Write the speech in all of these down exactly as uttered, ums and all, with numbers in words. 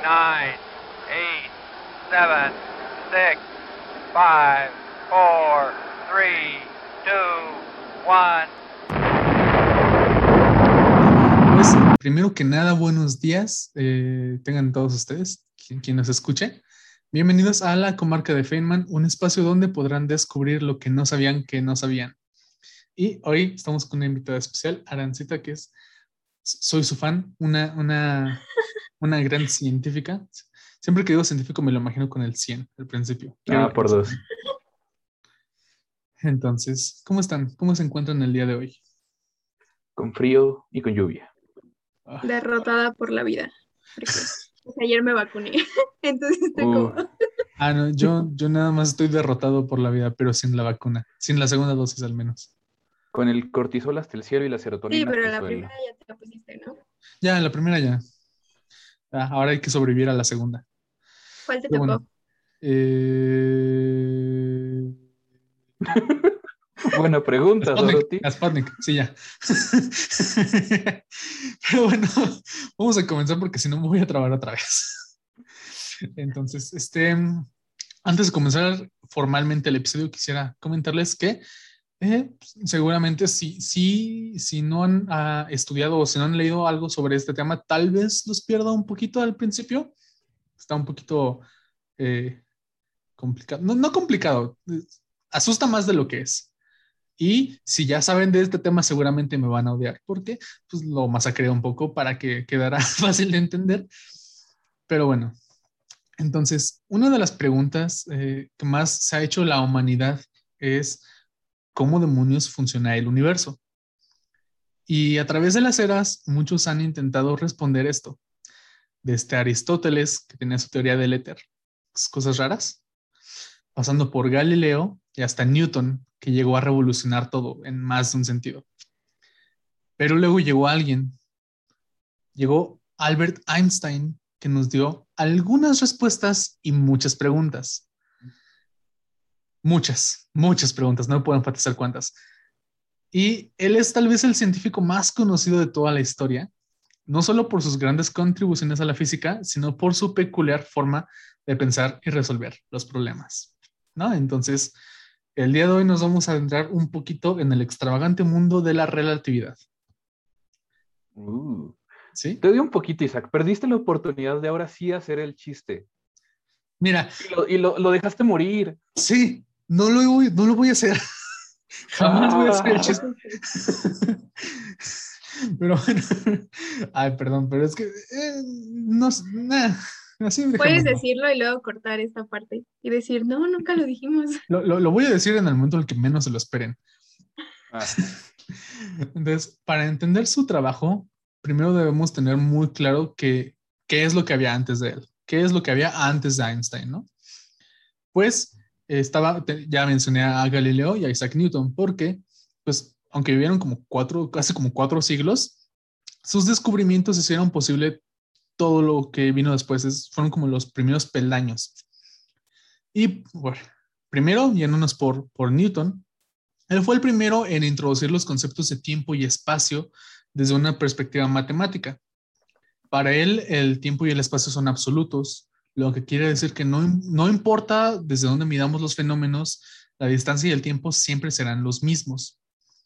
nine, eight, seven, six, five, four, three, two, one. Pues, primero que nada, buenos días. Eh, tengan todos ustedes, quien, quien nos escuche. Bienvenidos a la Comarca de Feynman, un espacio donde podrán descubrir lo que no sabían que no sabían. Y hoy estamos con una invitada especial, Arancita, que es, soy su fan, una, una, una gran científica. Siempre que digo científico me lo imagino con el cien al principio. Quiero Ah, por dos. Entonces, ¿cómo están? ¿Cómo se encuentran el día de hoy? Con frío y con lluvia. Ah, Derrotada por la vida. Porque pues, ayer me vacuné. Entonces estoy Uh. como. ah, no, yo, yo nada más estoy derrotado por la vida, pero sin la vacuna, sin la segunda dosis al menos. Con el cortisol hasta el cielo y la serotonina Sí, pero hasta el la suelo. primera ya te la pusiste, ¿no? Ya, la primera ya. Ah, ahora hay que sobrevivir a la segunda. ¿Cuál te Pero tocó? bueno. Eh... Buena pregunta, Sputnik, Dorothy. a Sputnik, sí, ya. Pero bueno, vamos a comenzar porque si no me voy a trabar otra vez. Entonces, este, antes de comenzar formalmente el episodio, quisiera comentarles que eh, seguramente si, si, si no han uh, estudiado o si no han leído algo sobre este tema, tal vez los pierda un poquito al principio. Está un poquito eh, complicado. No, no complicado, asusta más de lo que es. Y si ya saben de este tema, seguramente me van a odiar porque pues, lo masacré un poco para que quedara fácil de entender. Pero bueno, entonces, una de las preguntas eh, que más se ha hecho la humanidad es ¿cómo demonios funciona el universo? Y a través de las eras, muchos han intentado responder esto. Desde Aristóteles, que tenía su teoría del éter, cosas raras, pasando por Galileo y hasta Newton, que llegó a revolucionar todo en más de un sentido. Pero luego llegó alguien, llegó Albert Einstein, que nos dio algunas respuestas y muchas preguntas. Muchas, muchas preguntas, no puedo enfatizar cuántas. Y él es tal vez el científico más conocido de toda la historia, no solo por sus grandes contribuciones a la física, sino por su peculiar forma de pensar y resolver los problemas, ¿no? Entonces, el día de hoy nos vamos a adentrar un poquito en el extravagante mundo de la relatividad. Uh. ¿Sí? Te doy un poquito, Isaac. Perdiste la oportunidad de ahora sí hacer el chiste. Mira. Y lo, y lo, lo dejaste morir. Sí, no lo voy, no lo voy a hacer. Jamás ah. voy a hacer el chiste. Pero bueno, ay, perdón, pero es que eh, no, nah, así puedes decirlo y luego cortar esta parte y decir, no, nunca lo dijimos. Lo, lo, lo voy a decir en el momento en el que menos se lo esperen. Ah. Entonces, para entender su trabajo, primero debemos tener muy claro que, qué es lo que había antes de él, qué es lo que había antes de Einstein, ¿no? Pues estaba, ya mencioné a Galileo y a Isaac Newton, porque, pues, aunque vivieron como cuatro, casi como cuatro siglos, sus descubrimientos hicieron posible todo lo que vino después. Es, fueron como los primeros peldaños. Y bueno, primero, yéndonos por, por Newton, él fue el primero en introducir los conceptos de tiempo y espacio desde una perspectiva matemática. Para él, el tiempo y el espacio son absolutos, lo que quiere decir que no, no importa desde dónde midamos los fenómenos, la distancia y el tiempo siempre serán los mismos.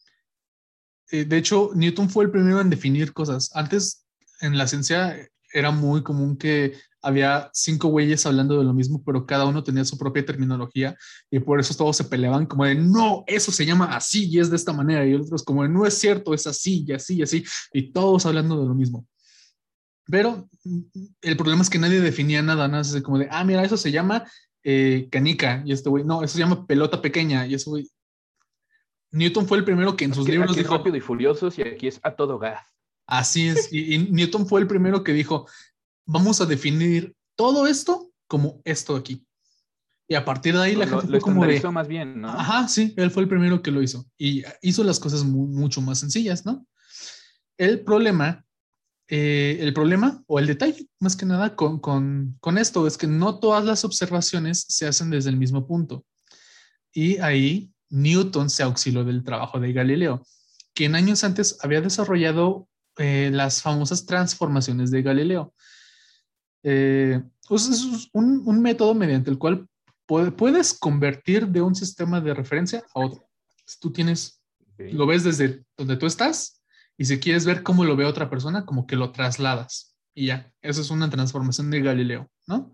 De hecho, Newton fue el primero en definir cosas. Antes, en la ciencia, era muy común que había cinco güeyes hablando de lo mismo, pero cada uno tenía su propia terminología y por eso todos se peleaban como de, no, eso se llama así y es de esta manera. Y otros como de, no es cierto, es así y así y así. Y todos hablando de lo mismo. Pero el problema es que nadie definía nada, nada así como de, ah, mira, eso se llama eh, canica. Y este güey, no, eso se llama pelota pequeña. Y eso güey, Newton fue el primero que en sus aquí, libros aquí dijo... es Rápido y Furiosos y aquí es a todo gas. Así es, y, y Newton fue el primero que dijo, vamos a definir todo esto como esto aquí. Y a partir de ahí lo, la gente lo, fue lo como de... más bien, ¿no? Ajá, sí, él fue el primero que lo hizo. Y hizo las cosas muy, mucho más sencillas, ¿no? El problema, eh, el problema o el detalle, más que nada, con, con, con esto es que no todas las observaciones se hacen desde el mismo punto. Y ahí Newton se auxilió del trabajo de Galileo, quien años antes había desarrollado eh, las famosas transformaciones de Galileo. Eh, pues es un, un método mediante el cual puede, puedes convertir de un sistema de referencia a otro. Si tú tienes, Ok. lo ves desde donde tú estás y si quieres ver cómo lo ve otra persona, como que lo trasladas y ya. Eso es una transformación de Galileo, ¿no?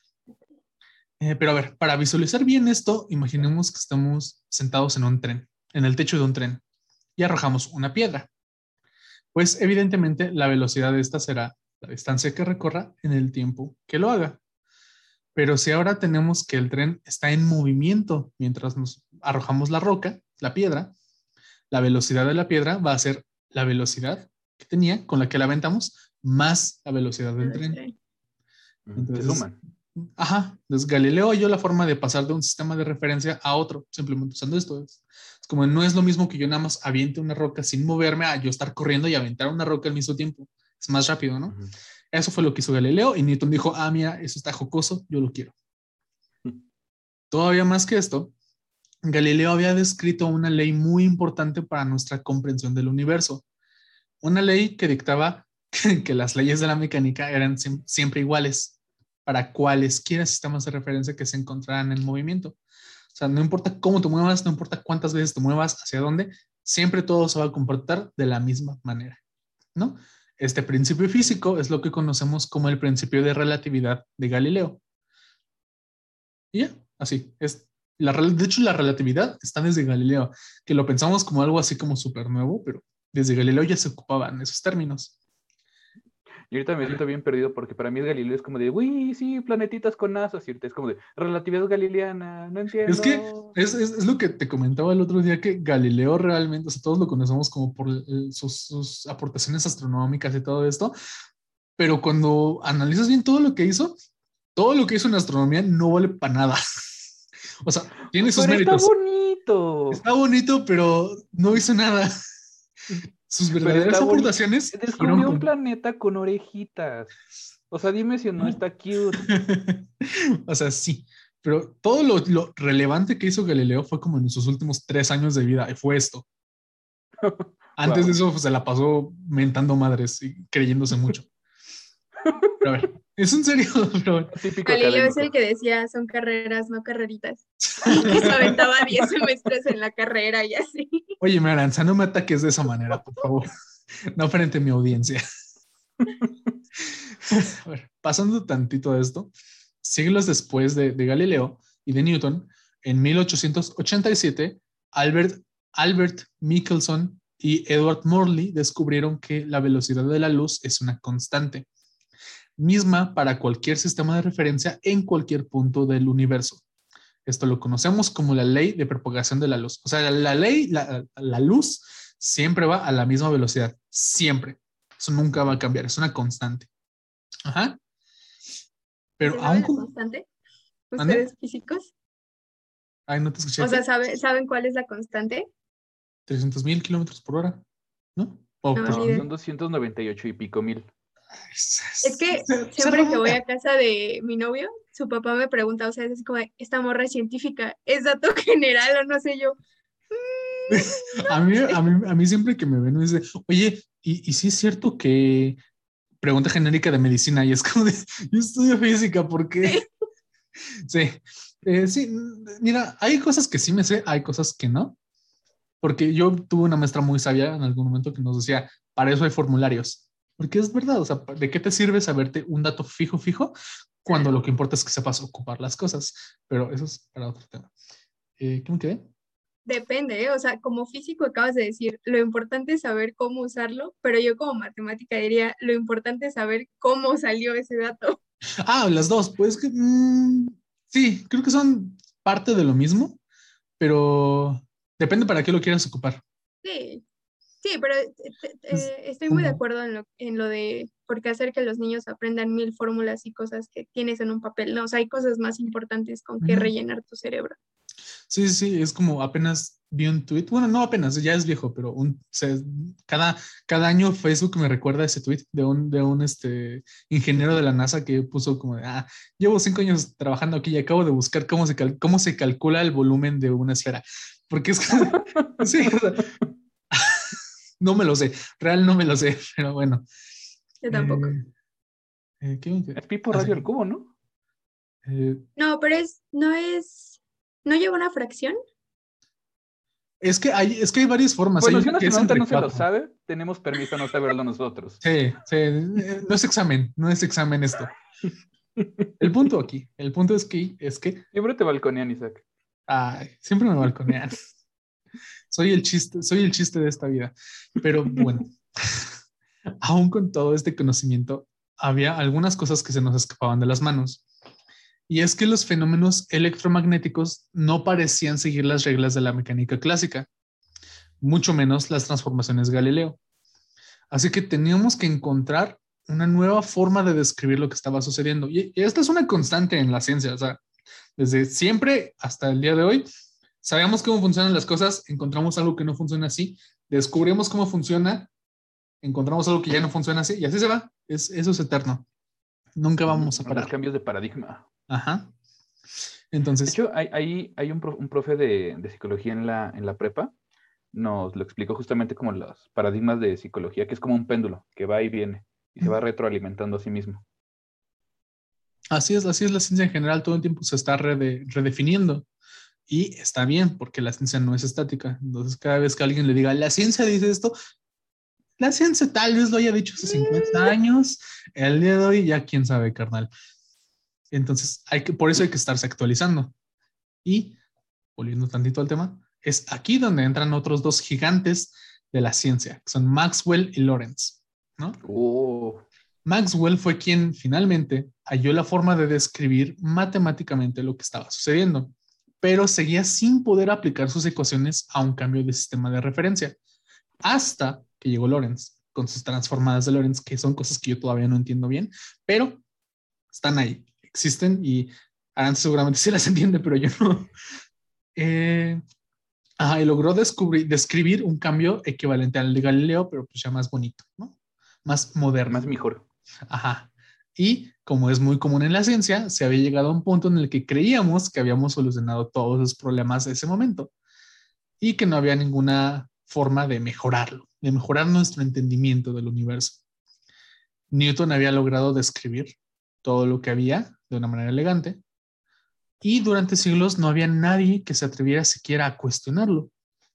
Eh, pero a ver, para visualizar bien esto, imaginemos que estamos sentados en un tren, en el techo de un tren y arrojamos una piedra. Pues evidentemente la velocidad de esta será la distancia que recorra en el tiempo que lo haga. Pero si ahora tenemos que el tren está en movimiento mientras nos arrojamos la roca, la piedra, la velocidad de la piedra va a ser la velocidad que tenía con la que la aventamos más la velocidad del tren. Mm, Se Entonces, suman. ajá, entonces Galileo halló la forma de pasar de un sistema de referencia a otro, simplemente usando esto. Es, es como no es lo mismo que yo nada más aviente una roca sin moverme a yo estar corriendo y aventar una roca al mismo tiempo. Es más rápido, ¿no? Ujú. Eso fue lo que hizo Galileo y Newton dijo, ah, mira, eso está jocoso, yo lo quiero. Todavía más que esto, Galileo había descrito una ley muy importante para nuestra comprensión del universo. Una ley que dictaba que, que las leyes de la mecánica eran sim- siempre iguales para cualesquiera sistemas de referencia que se encontraran en movimiento. O sea, no importa cómo te muevas, no importa cuántas veces te muevas, hacia dónde, siempre todo se va a comportar de la misma manera, ¿no? Este principio físico es lo que conocemos como el principio de relatividad de Galileo. Y ya, así es. La, rel- de hecho, la relatividad está desde Galileo, que lo pensamos como algo así como súper nuevo, pero desde Galileo ya se ocupaban esos términos. Y ahorita me siento bien perdido porque para mí el Galileo es como de, uy, sí, planetitas con NASA. Y ahorita es como de, relatividad galileana, no Es que entiendo. es, es, es lo que te comentaba el otro día, que Galileo realmente, o sea, todos lo conocemos como por el- sus, sus aportaciones astronómicas y todo esto, pero cuando analizas bien todo lo que hizo, todo lo que hizo en astronomía no vale para nada. O sea, tiene sus Pero está méritos. bonito. Está bonito, pero no hizo nada. Sus Pero está verdaderas bonito. aportaciones fueron Descubrió un con... planeta con orejitas. O sea, dime si no está cute. O sea, sí, pero todo lo, lo relevante que hizo Galileo fue como en sus últimos tres años de vida, y fue esto. Antes de Wow. eso pues, se la pasó mentando madres y creyéndose mucho. Pero a ver, es en serio, pero Típico Galileo es el académico. que decía, son carreras, no carreritas. Y que se aventaba diez semestres en la carrera y así. oye, Aranza, no me ataques de esa manera, por favor. No frente a mi audiencia. A ver, pasando tantito a esto, siglos después de, de Galileo y de Newton, en mil ochocientos ochenta y siete, Albert, Albert Michelson y Edward Morley descubrieron que la velocidad de la luz es una constante, misma para cualquier sistema de referencia en cualquier punto del universo. Esto lo conocemos como la ley de propagación de la luz. O sea, la, la ley, la, la luz siempre va a la misma velocidad, siempre. Eso nunca va a cambiar, es una constante. Ajá. ¿Y Pero se sabe aún la con... constante? ¿Ande? ¿Ustedes físicos? Ay, no te escuché. O sea, ¿Qué? ¿sabe- ¿saben cuál es la constante? trescientos mil kilómetros por hora, ¿no? O No, por... ni No, idea. son doscientos noventa y ocho y pico mil. Es que Se, se siempre que voy redondea. a casa de mi novio, su papá me pregunta, o sea, es así como, de, esta morra es científica, ¿es dato general o no sé yo? "Mm, A mí, no a sé". mí, a mí siempre que me ven me dice, oye, ¿y, y sí es cierto que pregunta genérica de medicina? Y es como de, yo estudio física, ¿por qué? Sí, Sí, eh, sí, mira, hay cosas que sí me sé, hay cosas que no, porque yo tuve una maestra muy sabia en algún momento que nos decía, para eso hay formularios, porque es verdad, o sea, ¿de qué te sirve saberte un dato fijo, fijo, cuando lo que importa es que sepas ocupar las cosas? Pero eso es para otro tema. Eh, ¿Qué me quedé? depende, ¿eh? O sea, como físico acabas de decir, lo importante es saber cómo usarlo, pero yo como matemática diría, lo importante es saber cómo salió ese dato. Ah, las dos, pues que, mm, sí, creo que son parte de lo mismo, pero depende para qué lo quieras ocupar. Sí, sí, pero eh, te- Es eh, estoy muy de como, acuerdo en lo, en lo de por qué hacer que los niños aprendan mil fórmulas y cosas que tienes en un papel, ¿no? O sea, hay cosas más importantes con que ujú. rellenar tu cerebro. Sí, sí, sí, es como apenas vi un tweet, bueno, no apenas, ya es viejo, pero un, se- cada, cada año Facebook me recuerda ese tweet de un, de un este, ingeniero de la NASA que puso como de, ah, llevo cinco años trabajando aquí y acabo de buscar cómo se, cal- cómo se calcula el volumen de una esfera. Porque es como, sí, o sea, no me lo sé, real no me lo sé, pero bueno. Yo tampoco. Eh, Eh, ¿qué? Es pi por Ah, radio sí. al cubo, ¿no? Eh, No, pero es, no es, no lleva una fracción. es, que hay, es que hay varias formas. Hay Bueno, si una un que es astronauta entre no se lo cuatro. sabe, tenemos permiso a no saberlo nosotros. Sí, sí, eh, no es examen, no es examen esto. El punto aquí, el punto es que, es que, Siempre te balconean, Isaac. ay, siempre me balconean. Soy el chiste, soy el chiste de esta vida. Pero bueno, aún con todo este conocimiento, había algunas cosas que se nos escapaban de las manos. Y es que los fenómenos electromagnéticos no parecían seguir las reglas de la mecánica clásica, mucho menos las transformaciones Galileo. Así que teníamos que encontrar una nueva forma de describir lo que estaba sucediendo. Y esta es una constante en la ciencia, o sea, desde siempre hasta el día de hoy, sabemos cómo funcionan las cosas, encontramos algo que no funciona así, descubrimos cómo funciona, encontramos algo que ya no funciona así, y así se va. Es, eso es eterno. Nunca vamos a Los parar. cambios de paradigma. Ajá. De Entonces, hecho, hay, hay, hay un, pro- un profe de, de psicología en la, en la prepa, nos lo explicó justamente como los paradigmas de psicología, que es como un péndulo que va y viene y se va retroalimentando a sí mismo. así es, así es la ciencia en general, todo el tiempo se está rede- redefiniendo. Y está bien, porque la ciencia no es estática. Entonces, cada vez que alguien le diga, la ciencia dice esto, la ciencia tal vez lo haya dicho hace cincuenta años, el día de hoy ya quién sabe, carnal. Entonces, hay que, por eso hay que estarse actualizando. Y, volviendo tantito al tema, es aquí donde entran otros dos gigantes de la ciencia, que son Maxwell y Lorentz, ¿no? Oh, Maxwell fue quien finalmente halló la forma de describir matemáticamente lo que estaba sucediendo, pero seguía sin poder aplicar sus ecuaciones a un cambio de sistema de referencia, hasta que llegó Lorentz con sus transformadas de Lorentz, que son cosas que yo todavía no entiendo bien, pero están ahí, existen y Aranza seguramente sí las entiende, pero yo no. Eh, ajá, y logró descubrir, describir un cambio equivalente al de Galileo, pero pues ya más bonito, ¿no? Más moderno. más mejor. Ajá. Y como es muy común en la ciencia, se había llegado a un punto en el que creíamos que habíamos solucionado todos los problemas de ese momento y que no había ninguna forma de mejorarlo, de mejorar nuestro entendimiento del universo. Newton había logrado describir todo lo que había de una manera elegante y durante siglos no había nadie que se atreviera siquiera a cuestionarlo.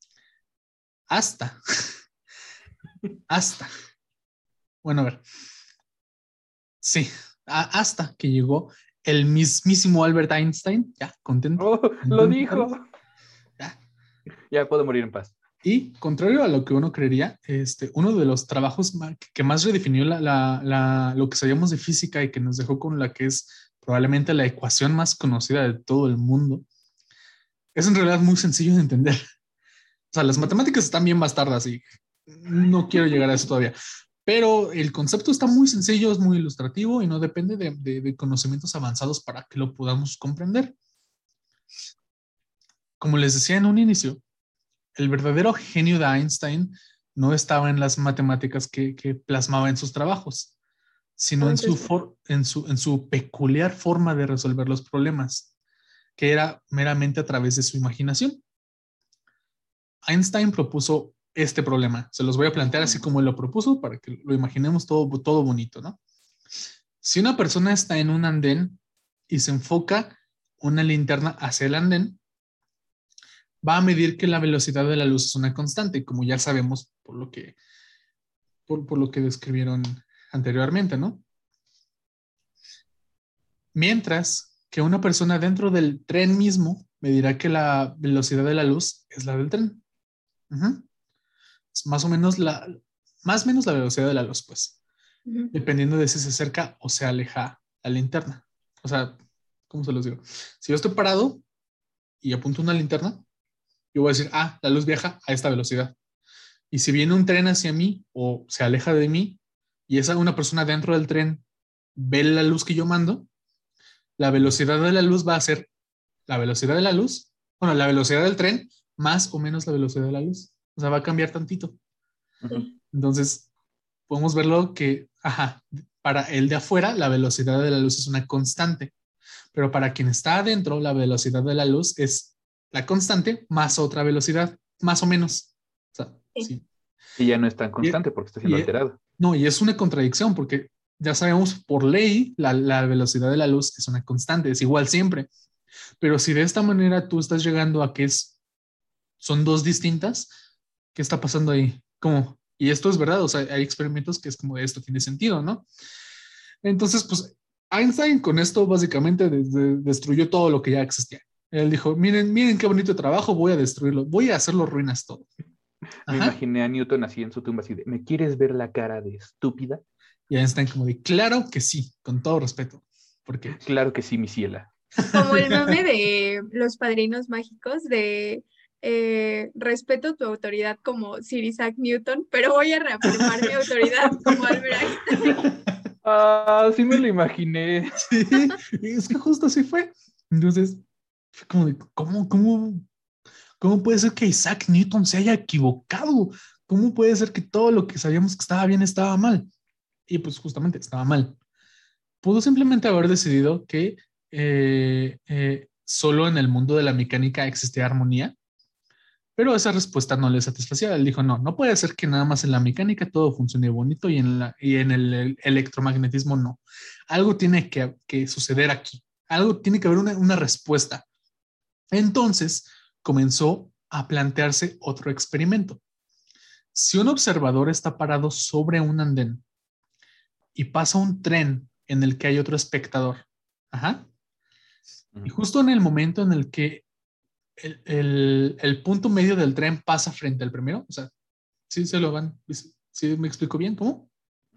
Hasta, hasta, bueno, a ver, sí, a- hasta que llegó el mismísimo Albert Einstein, ya, contento. Oh, contento lo dijo. ya. Ya puedo morir en paz. Y contrario a lo que uno creería, este, uno de los trabajos ma- que más redefinió la, la, la, lo que sabíamos de física y que nos dejó con la que es probablemente la ecuación más conocida de todo el mundo, es en realidad muy sencillo de entender. O sea, las matemáticas están bien bastardas y no quiero llegar a eso todavía. Pero el concepto está muy sencillo, es muy ilustrativo y no depende de, de, de conocimientos avanzados para que lo podamos comprender. Como les decía en un inicio, el verdadero genio de Einstein no estaba en las matemáticas que, que plasmaba en sus trabajos, sino en su, for, en, su, en su peculiar forma de resolver los problemas, que era meramente a través de su imaginación. Einstein propuso este problema. Se los voy a plantear así como él lo propuso para que lo imaginemos todo, todo bonito, ¿no? Si una persona está en un andén y se enfoca una linterna hacia el andén, va a medir que la velocidad de la luz es una constante, como ya sabemos por lo que, por, por lo que describieron anteriormente, ¿no? Mientras que una persona dentro del tren mismo medirá que la velocidad de la luz es la del tren. Uh-huh. Es más o menos la, más o menos la velocidad de la luz, pues, uh-huh. Dependiendo de si se acerca o se aleja la linterna. O sea, ¿cómo se los digo? Si yo estoy parado y apunto una linterna, yo voy a decir, ah, la luz viaja a esta velocidad. Y si viene un tren hacia mí o se aleja de mí y esa una persona dentro del tren ve la luz que yo mando, la velocidad de la luz va a ser la velocidad de la luz, bueno, la velocidad del tren más o menos la velocidad de la luz. O sea, va a cambiar tantito. Uh-huh. Entonces, podemos verlo que, ajá, para el de afuera, la velocidad de la luz es una constante, pero para quien está adentro, la velocidad de la luz es la constante más otra velocidad, más o menos. O sea, sí. Y ya no es tan constante y, porque está siendo y, alterado. No, y es una contradicción porque ya sabemos por ley, la, la velocidad de la luz es una constante, es igual siempre. Pero si de esta manera tú estás llegando a que es, son dos distintas, ¿qué está pasando ahí? ¿Cómo? Y esto es verdad, o sea, hay experimentos que es como esto tiene sentido, ¿no? Entonces, pues Einstein con esto básicamente de, de, destruyó todo lo que ya existía. Él dijo, miren, miren qué bonito trabajo, voy a destruirlo, voy a hacerlo ruinas todo. Me Ajá. imaginé a Newton así en su tumba, así de, ¿me quieres ver la cara de estúpida? Y Einstein como de, claro que sí, con todo respeto. Porque Claro que sí, mi ciela. Como el meme de los padrinos mágicos de eh, respeto tu autoridad como Sir Isaac Newton, pero voy a reafirmar mi autoridad como Albert Einstein. Ah, sí me lo imaginé. sí, es que justo así fue. Entonces, fue como de, ¿cómo, cómo, cómo puede ser que Isaac Newton se haya equivocado? ¿Cómo puede ser que todo lo que sabíamos que estaba bien estaba mal? Y pues justamente estaba mal. Pudo simplemente haber decidido que eh, eh, solo en el mundo de la mecánica existía armonía, pero esa respuesta no le satisfacía. Él dijo, no, no puede ser que nada más en la mecánica todo funcione bonito y en, la, y en el, el electromagnetismo no. Algo tiene que, que suceder aquí. Algo tiene que haber una, una respuesta. Entonces comenzó a plantearse otro experimento. Si un observador está parado sobre un andén y pasa un tren en el que hay otro espectador, ajá, y justo en el momento en el que el, el, el punto medio del tren pasa frente al primero, o sea, sí se lo van, sí me explico bien, ¿cómo?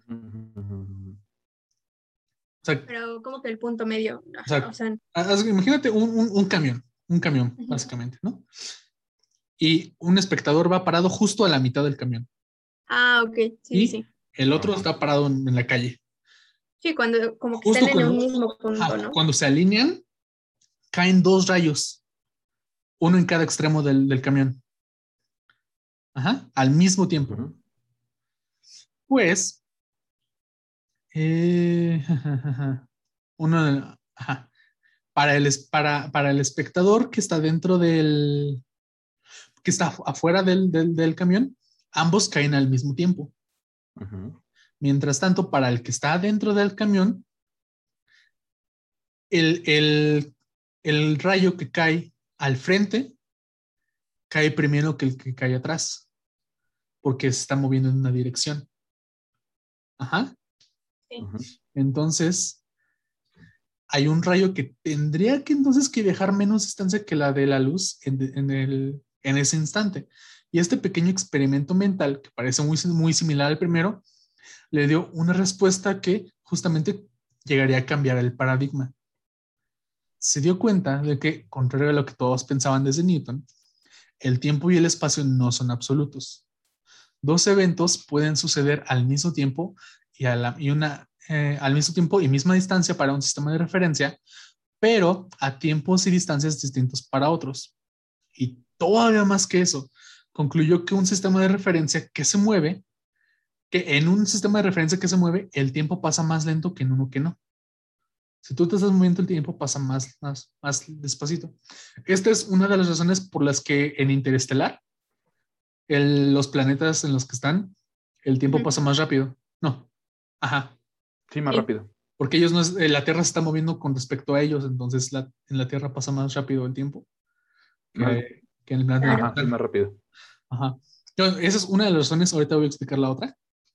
O sea, Pero como que el punto medio, o sea, o sea, haz- imagínate un, un, un camión, un camión, Ujú. básicamente, ¿no? Y un espectador va parado justo a la mitad del camión ah, ok, sí, sí, y sí. el otro está parado en, en la calle. Sí, cuando como que Justo están en un cuando, mismo punto, ajá, ¿no? cuando se alinean, caen dos rayos, uno en cada extremo del, del camión. Ajá, al mismo tiempo. Uh-huh. Pues, eh, uno, ajá, para, el, para, para el espectador que está dentro del, que está afuera del, del, del camión, ambos caen al mismo tiempo. Uh-huh. Mientras tanto, para el que está dentro del camión, el, el, el rayo que cae al frente cae primero que el que cae atrás, porque se está moviendo en una dirección. Ajá. Sí. Uh-huh. Entonces, hay un rayo que tendría que entonces que dejar menos distancia que la de la luz en, en, el, en ese instante. Y este pequeño experimento mental, que parece muy, muy similar al primero, le dio una respuesta que justamente llegaría a cambiar el paradigma. Se dio cuenta de que, contrario a lo que todos pensaban desde Newton, el tiempo y el espacio no son absolutos. Dos eventos pueden suceder al mismo tiempo y, a la, y una, eh, al mismo tiempo y misma distancia para un sistema de referencia, pero a tiempos y distancias distintos para otros. Y todavía más que eso, concluyó que un sistema de referencia que se mueve, que en un sistema de referencia que se mueve, el tiempo pasa más lento que en uno que no. Si tú te estás moviendo, el tiempo pasa más, más, más despacito. Esta es una de las razones por las que en Interestelar, el, los planetas en los que están, el tiempo Ujú. pasa más rápido. No. Ajá. Sí, más Sí. rápido. Porque ellos no es, eh, la Tierra se está moviendo con respecto a ellos, entonces la, en la Tierra pasa más rápido el tiempo que, Más- que en el planeta en el que Ajá, sí, están. más rápido. Ajá. Entonces, esa es una de las razones. Ahorita voy a explicar la otra.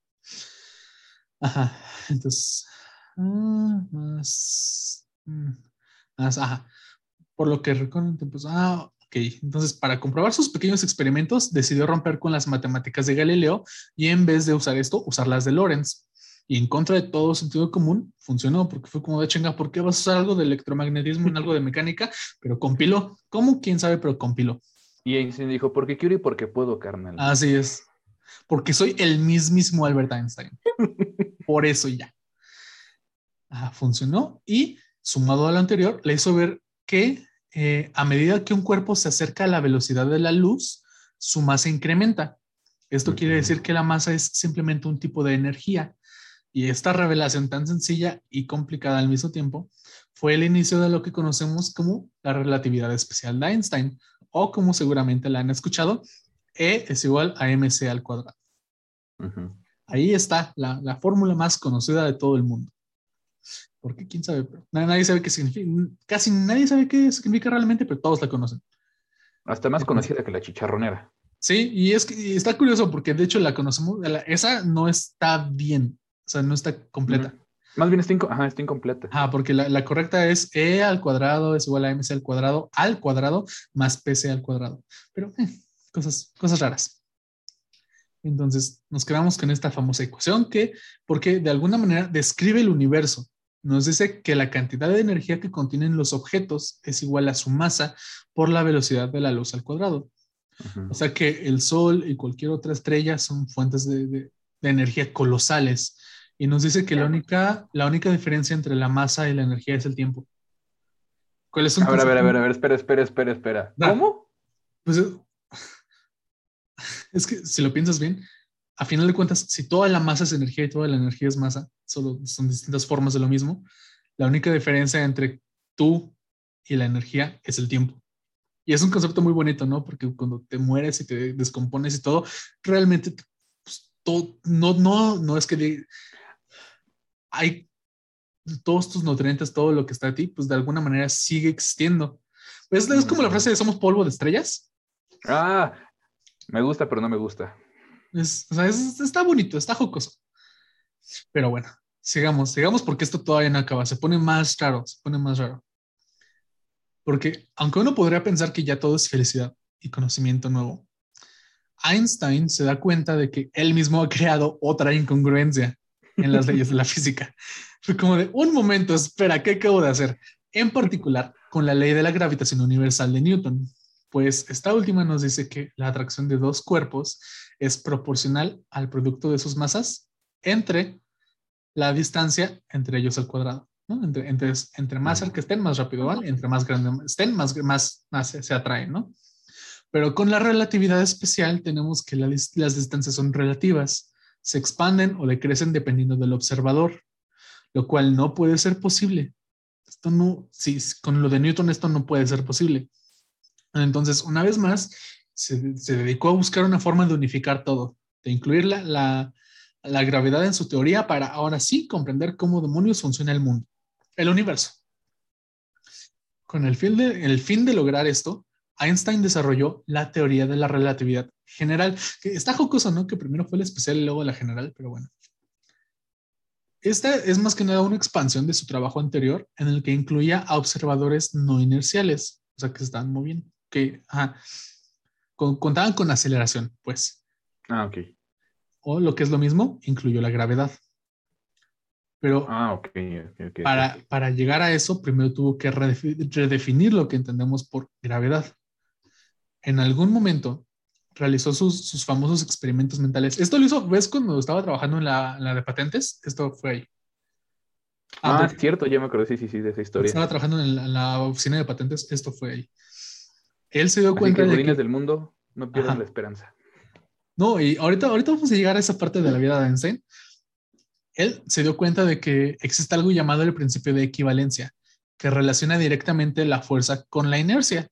Ajá. Entonces, ah, más, mm, más, ajá. Por lo que recuerdo, pues, ah, ok. Entonces, para comprobar sus pequeños experimentos, decidió romper con las matemáticas de Galileo y en vez de usar esto, usar las de Lorentz. Y en contra de todo sentido común, funcionó porque fue como de chinga, ¿por qué vas a usar algo de electromagnetismo en algo de mecánica? Pero compiló. ¿Cómo? ¿Quién sabe? Pero compiló. Y Einstein dijo, porque quiero y porque puedo, carnal. Así es. Porque soy el mismísimo Albert Einstein. Por eso ya. Ajá, funcionó y sumado a lo anterior, le hizo ver que eh, a medida que un cuerpo se acerca a la velocidad de la luz, su masa incrementa. Esto Uh-huh. quiere decir que la masa es simplemente un tipo de energía. Y esta revelación tan sencilla y complicada al mismo tiempo fue el inicio de lo que conocemos como la relatividad especial de Einstein, o como seguramente la han escuchado, E es igual a mc al cuadrado. Uh-huh. Ahí está la, la fórmula más conocida de todo el mundo. ¿Por qué? ¿Quién sabe? Pero nadie sabe qué significa. Casi nadie sabe qué significa realmente, pero todos la conocen. Hasta más Entonces, conocida que la chicharronera. sí, y es que y está curioso porque de hecho la conocemos, la, esa no está bien, o sea, no está completa. Uh-huh. Más bien está, inco- Ajá, está incompleta. Ah, porque la, la correcta es E al cuadrado es igual a mc al cuadrado al cuadrado más pc al cuadrado. Pero eh, cosas, cosas raras. Entonces nos quedamos con esta famosa ecuación que, porque de alguna manera describe el universo. Nos dice que la cantidad de energía que contienen los objetos es igual a su masa por la velocidad de la luz al cuadrado. Uh-huh. O sea que el Sol y cualquier otra estrella son fuentes de, de, de energía colosales. Y nos dice que la única, la única diferencia entre la masa y la energía es el tiempo. ¿Cuál es un A ver, a ver, a concepto? ver, a ver, espera, espera, espera, espera. Da. ¿Cómo? Pues es que si lo piensas bien, a final de cuentas, si toda la masa es energía y toda la energía es masa, solo son distintas formas de lo mismo, la única diferencia entre tú y la energía es el tiempo. Y es un concepto muy bonito, ¿no? Porque cuando te mueres y te descompones y todo, realmente pues, todo, no, no, no es que de, hay todos tus nutrientes, todo lo que está a ti, pues de alguna manera sigue existiendo. Pues es como la frase de somos polvo de estrellas. Ah, me gusta, pero no me gusta. Es, o sea, es, está bonito, está jocoso. Pero bueno, sigamos, sigamos porque esto todavía no acaba. Se pone más raro, se pone más raro. Porque aunque uno podría pensar que ya todo es felicidad y conocimiento nuevo, Einstein se da cuenta de que él mismo ha creado otra incongruencia en las leyes de la física. Fue como de, un momento, espera, ¿qué acabo de hacer? En particular, con la ley de la gravitación universal de Newton. Pues esta última nos dice que la atracción de dos cuerpos es proporcional al producto de sus masas entre la distancia entre ellos al cuadrado. ¿no? Entre, entre, entre más cerca estén, más rápido van, entre más grande estén, más, más, más se, se atraen, ¿no? Pero con la relatividad especial tenemos que la, las distancias son relativas, se expanden o decrecen dependiendo del observador, lo cual no puede ser posible. Esto no, sí, con lo de Newton esto no puede ser posible. Entonces, una vez más, se, se dedicó a buscar una forma de unificar todo, de incluir la, la, la gravedad en su teoría para ahora sí comprender cómo demonios funciona el mundo, el universo. Con el fin de, el fin de lograr esto, Einstein desarrolló la teoría de la relatividad general, que está jocoso, ¿no? Que primero fue la especial y luego la general, pero bueno. Esta es más que nada una expansión de su trabajo anterior en el que incluía a observadores no inerciales, o sea, que se estaban moviendo, que ajá, con, contaban con aceleración, pues. Ah, ok. O lo que es lo mismo, incluyó la gravedad. Pero ah, okay, okay, okay, para, okay. para llegar a eso, primero tuvo que redefinir lo que entendemos por gravedad. En algún momento realizó sus, sus famosos experimentos mentales. Esto lo hizo, ¿ves cuando estaba trabajando en la, en la de patentes? Esto fue ahí. Ah, ah es cierto, ya me acuerdo, sí, sí, sí, de esa historia. Estaba trabajando en la, en la oficina de patentes, esto fue ahí. Él se dio Así cuenta que, de godines que... del mundo, no pierdan Ajá. la esperanza. No, y ahorita, ahorita vamos a llegar a esa parte de la vida de Einstein. Él se dio cuenta de que existe algo llamado el principio de equivalencia, que relaciona directamente la fuerza con la inercia,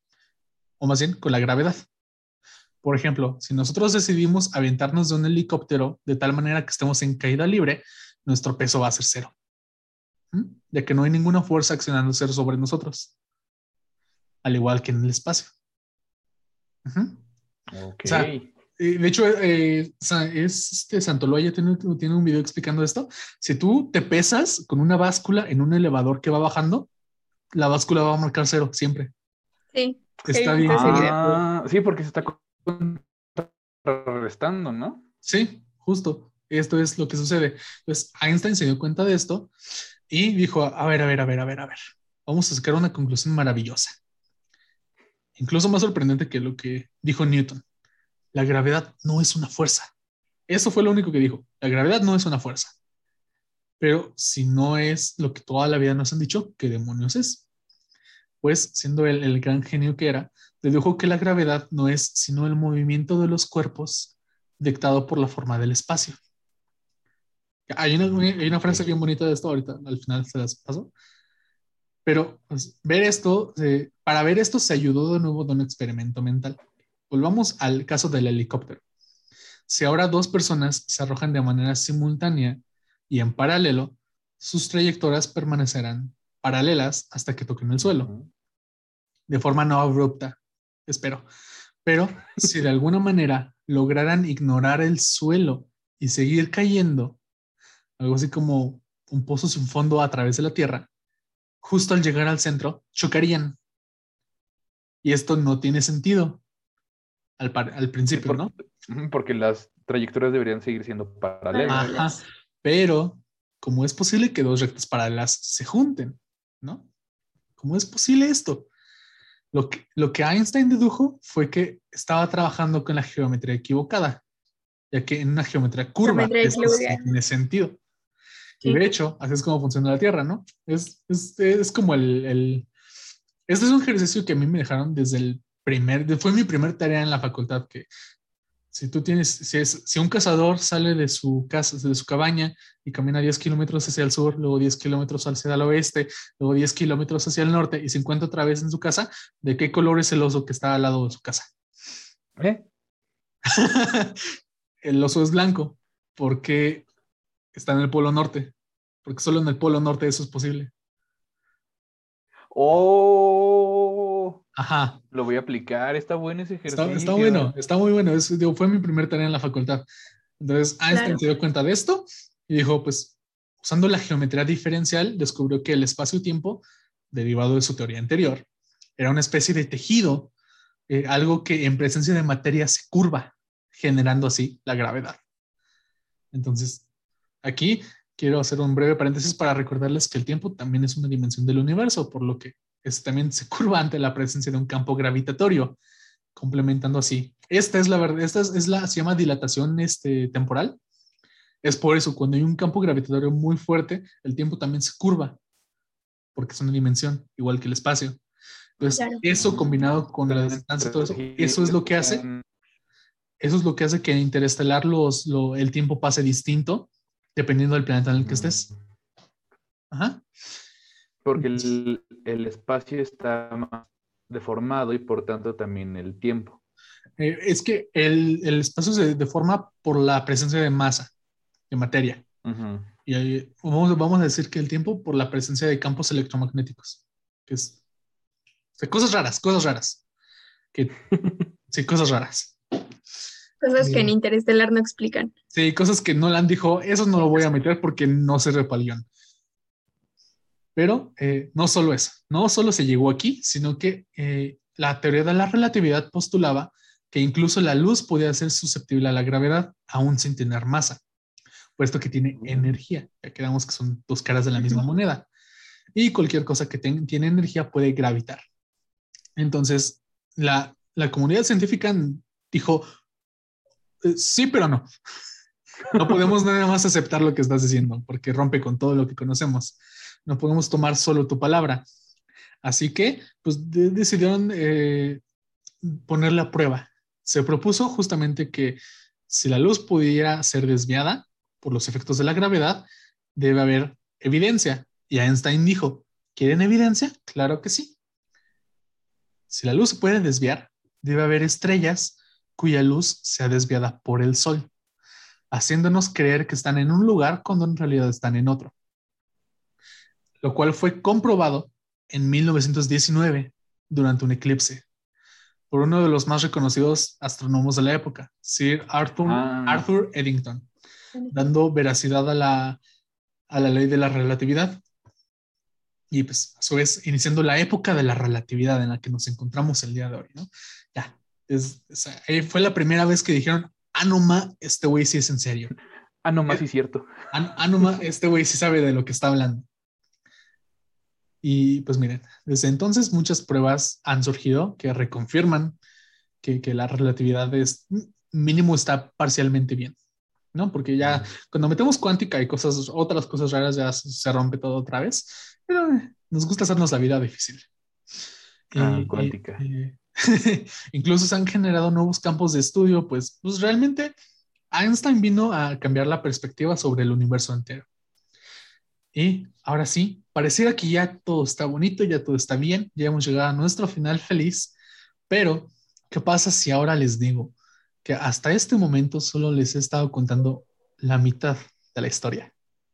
o más bien con la gravedad. Por ejemplo, si nosotros decidimos aventarnos de un helicóptero de tal manera que estemos en caída libre, nuestro peso va a ser cero, ¿Mm? ya que no hay ninguna fuerza accionándose sobre nosotros, al igual que en el espacio. Uh-huh. Ok. O sea, eh, de hecho, eh, es este Santoloya tiene, tiene un video explicando esto. Si tú te pesas con una báscula en un elevador que va bajando, la báscula va a marcar cero siempre. Sí. Está sí, bien. Ah, sí, porque se está contrarrestando, ¿no? Sí, justo. Esto es lo que sucede. Entonces, Einstein se dio cuenta de esto y dijo, a ver, a ver, a ver, a ver, a ver. Vamos a sacar una conclusión maravillosa. Incluso más sorprendente que lo que dijo Newton. La gravedad no es una fuerza. Eso fue lo único que dijo. La gravedad no es una fuerza. Pero si no es lo que toda la vida nos han dicho, ¿qué demonios es? Pues, siendo él el gran genio que era, dedujo que la gravedad no es sino el movimiento de los cuerpos dictado por la forma del espacio. Hay una, hay una frase bien bonita de esto, ahorita al final se las paso. Pero pues, ver esto, eh, para ver esto se ayudó de nuevo de un experimento mental. Volvamos al caso del helicóptero. Si ahora dos personas se arrojan de manera simultánea y en paralelo, sus trayectorias permanecerán paralelas hasta que toquen el suelo, Ujú. de forma no abrupta, espero. Pero si de alguna manera lograran ignorar el suelo y seguir cayendo, algo así como un pozo sin fondo a través de la tierra, justo al llegar al centro, chocarían. Y esto no tiene sentido al, par- al Sí, principio, por- ¿no? ujú, porque las trayectorias deberían seguir siendo paralelas. Ajá. Paralelas. Pero, ¿cómo es posible que dos rectas paralelas se junten? ¿No? ¿Cómo es posible esto? Lo que, lo que Einstein dedujo fue que estaba trabajando con la geometría equivocada, ya que en una geometría curva Geometría esto sí euclidiana. tiene sentido. Y Sí. de hecho, así es como funciona la Tierra, ¿no? Es, es, es como el, el... Este es un ejercicio que a mí me dejaron desde el primer... Fue mi primer tarea en la facultad, que si tú tienes... Si, es, si un cazador sale de su casa, de su cabaña y camina diez kilómetros hacia el sur, luego diez kilómetros hacia el oeste, luego diez kilómetros hacia el norte y se encuentra otra vez en su casa, ¿de qué color es el oso que está al lado de su casa? ¿Eh? El oso es blanco porque está en el polo norte, porque solo en el polo norte eso es posible. ¡Oh! Ajá, Lo voy a aplicar. Está bueno ese está, está ejercicio. bueno, está muy bueno. Es, digo, fue mi primer tarea en la facultad. Entonces Einstein Claro. se dio cuenta de esto y dijo, pues, usando la geometría diferencial, descubrió que el espacio-tiempo, derivado de su teoría anterior, era una especie de tejido, eh, algo que en presencia de materia se curva, generando así la gravedad. Entonces, aquí quiero hacer un breve paréntesis para recordarles que el tiempo también es una dimensión del universo, por lo que es, también se curva ante la presencia de un campo gravitatorio, complementando así. Esta es la verdad, esta es, es la, se llama dilatación este, temporal. Es por eso, cuando hay un campo gravitatorio muy fuerte, el tiempo también se curva, porque es una dimensión, igual que el espacio. Entonces, Claro. eso combinado con la También distancia y todo eso, eso es lo que hace eso es lo que hace que en Interestelar los, lo, el tiempo pase distinto dependiendo del planeta en el que estés. Ajá. Porque el, el espacio está más deformado y por tanto también el tiempo. Eh, es que el, el espacio se deforma por la presencia de masa, de materia. Ujú. Y ahí vamos, vamos a decir que el tiempo por la presencia de campos electromagnéticos. Que es, o sea, cosas raras, cosas raras. Que, sí, cosas raras. Cosas que en Eh, Interestelar no explican. sí, cosas que Nolan dijo, eso no lo voy a meter porque no sirve para el guión. Pero eh, no solo eso, no solo se llegó aquí, sino que eh, la teoría de la relatividad postulaba que incluso la luz podía ser susceptible a la gravedad, aún sin tener masa, puesto que tiene energía. Ya quedamos que son dos caras de la misma moneda. Y cualquier cosa que ten, tiene energía puede gravitar. Entonces, la, la comunidad científica dijo, eh, sí, pero no. No podemos nada más aceptar lo que estás diciendo, porque rompe con todo lo que conocemos. No podemos tomar solo tu palabra. Así que, pues, de- decidieron eh, ponerle a prueba. Se propuso justamente que si la luz pudiera ser desviada por los efectos de la gravedad, debe haber evidencia. Y Einstein dijo, ¿quieren evidencia? Claro que sí. Si la luz se puede desviar, debe haber estrellas cuya luz sea desviada por el sol, haciéndonos creer que están en un lugar cuando en realidad están en otro, lo cual fue comprobado en mil novecientos diecinueve durante un eclipse por uno de los más reconocidos astrónomos de la época, Sir Arthur, Ah, Arthur Eddington, dando veracidad a la, a la ley de la relatividad y pues a su vez iniciando la época de la relatividad en la que nos encontramos el día de hoy, ¿no? Ya, es, es, ahí fue la primera vez que dijeron, ah, no ma, este güey sí es en serio. ah, no más sí cierto. Ah, ah, no ma, este güey sí sabe de lo que está hablando. Y pues miren, desde entonces muchas pruebas han surgido que reconfirman que, que la relatividad es mínimo está parcialmente bien, ¿no? Porque ya cuando metemos cuántica y cosas, otras cosas raras ya se, se rompe todo otra vez, pero eh, nos gusta hacernos la vida difícil. Ah, Eh, eh, cuántica. eh, incluso se han generado nuevos campos de estudio, pues, pues realmente Einstein vino a cambiar la perspectiva sobre el universo entero. Y ahora sí, pareciera que ya todo está bonito, ya todo está bien, ya hemos llegado a nuestro final feliz, pero ¿qué pasa si ahora les digo que hasta este momento solo les he estado contando la mitad de la historia.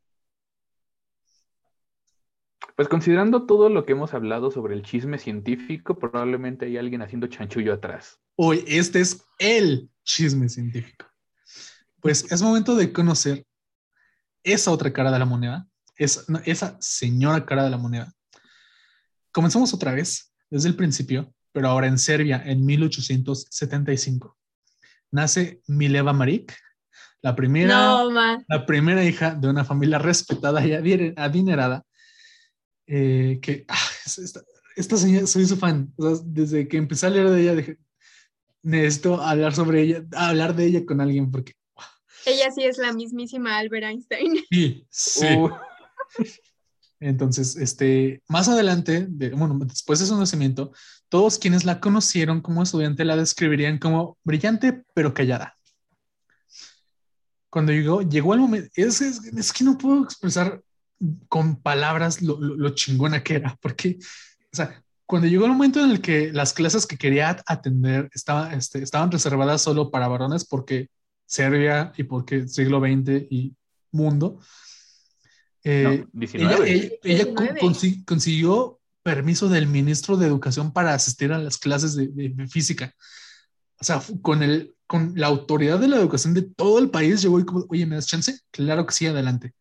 Pues considerando todo lo que hemos hablado sobre el chisme científico, probablemente hay alguien haciendo chanchullo atrás. Hoy, este es el chisme científico. Pues es momento de conocer esa otra cara de la moneda, esa, no, esa señora cara de la moneda. Comenzamos otra vez, desde el principio, pero ahora en Serbia, en mil ochocientos setenta y cinco. Nace Mileva Maric, la primera, No, man. la primera hija de una familia respetada y adinerada. Eh, que ah, esta, esta señora, soy su fan. O sea, desde que empecé a leer de ella, dije, necesito hablar sobre ella, hablar de ella con alguien, porque Ella sí es la mismísima Albert Einstein. sí, sí. Uh, Entonces, este, más adelante, de, bueno, después de su nacimiento, todos quienes la conocieron como estudiante la describirían como brillante pero callada. Cuando llegó, llegó el momento, es, es, es que no puedo expresar con palabras lo, lo, lo chingona que era, porque, o sea, cuando llegó el momento en el que las clases que quería atender estaba, este, estaban reservadas solo para varones, porque Serbia y porque siglo veinte y mundo, eh, no, diecinueve. ella, ella, ella diecinueve. consi- consiguió permiso del ministro de Educación para asistir a las clases de, de, de física. O sea, con, el, con la autoridad de la educación de todo el país, llegó y como, oye, ¿me das chance? Claro que sí, adelante.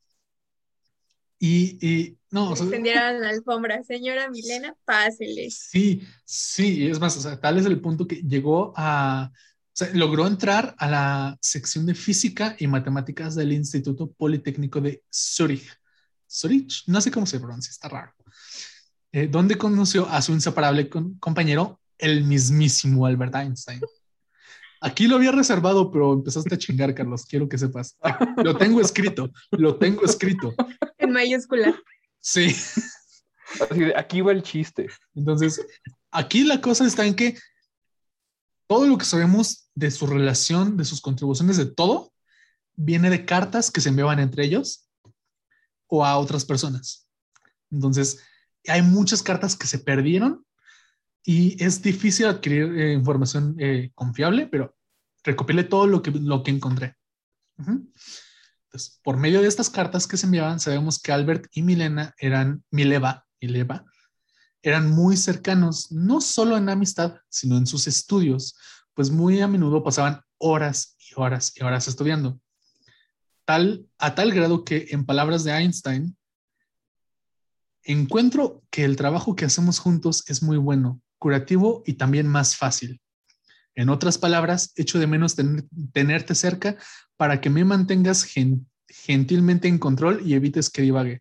Y, y no, o sea, Extendieron la alfombra. Señora Milena, pásele. sí, sí, es más, o sea, tal es el punto que llegó a, o sea, logró entrar a la sección de física y matemáticas del Instituto Politécnico de Zurich. Zurich, no sé cómo se pronuncia, está raro. Eh, donde conoció a su inseparable con, compañero, el mismísimo Albert Einstein. Aquí lo había reservado, pero empezaste a chingar, Carlos, quiero que sepas. Lo tengo escrito, lo tengo escrito. En mayúscula. Sí. Así de, aquí va el chiste. Entonces, aquí la cosa está en que todo lo que sabemos de su relación, de sus contribuciones, de todo, viene de cartas que se enviaban entre ellos o a otras personas. Entonces, hay muchas cartas que se perdieron y es difícil adquirir eh, información eh, confiable, pero recopilé todo lo que, lo que encontré. Uh-huh. Entonces, por medio de estas cartas que se enviaban, sabemos que Albert y Milena eran, Mileva, Mileva, eran muy cercanos, no solo en amistad, sino en sus estudios, pues muy a menudo pasaban horas y horas y horas estudiando. Tal, a tal grado que, en palabras de Einstein, encuentro que el trabajo que hacemos juntos es muy bueno, curativo y también más fácil. En otras palabras, echo de menos ten, tenerte cerca para que me mantengas gen, gentilmente en control y evites que divague.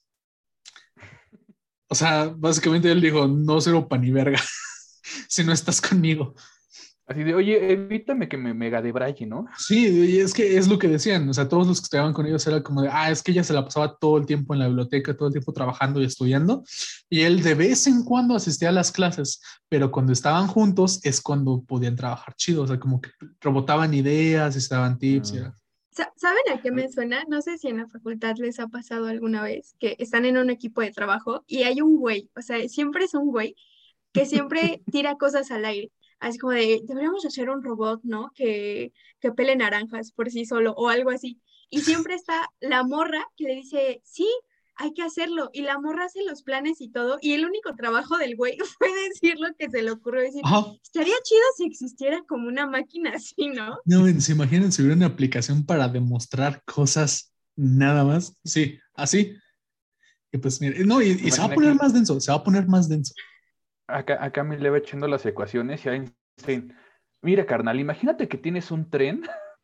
O sea, básicamente él dijo, no sirvo pa' ni verga si no estás conmigo. Así de, oye, evítame que me mega debraye, ¿no? Sí, y es que es lo que decían, o sea, todos los que estaban con ellos era como de, ah, es que ella se la pasaba todo el tiempo en la biblioteca, todo el tiempo trabajando y estudiando, y él de vez en cuando asistía a las clases, pero cuando estaban juntos es cuando podían trabajar chido, o sea, como que rebotaban ideas y se daban tips. Mm. Y era... ¿Saben a qué me suena? No sé si en la facultad les ha pasado alguna vez que están en un equipo de trabajo y hay un güey, o sea, siempre es un güey que siempre tira cosas al aire. Así como de, deberíamos hacer un robot, ¿no? Que, que pele naranjas por sí solo o algo así. Y siempre está la morra que le dice, sí, hay que hacerlo. Y la morra hace los planes y todo. Y el único trabajo del güey fue decir lo que se le ocurrió decir. Ajá. Estaría chido si existiera como una máquina así, ¿no? No, se imaginen si hubiera una aplicación para demostrar cosas nada más. Sí, así. Y pues mire, no, y, y se va a poner aquí, más denso, se va a poner más denso. Acá, acá me le va echando las ecuaciones y Einstein, mira, carnal, imagínate que tienes un tren.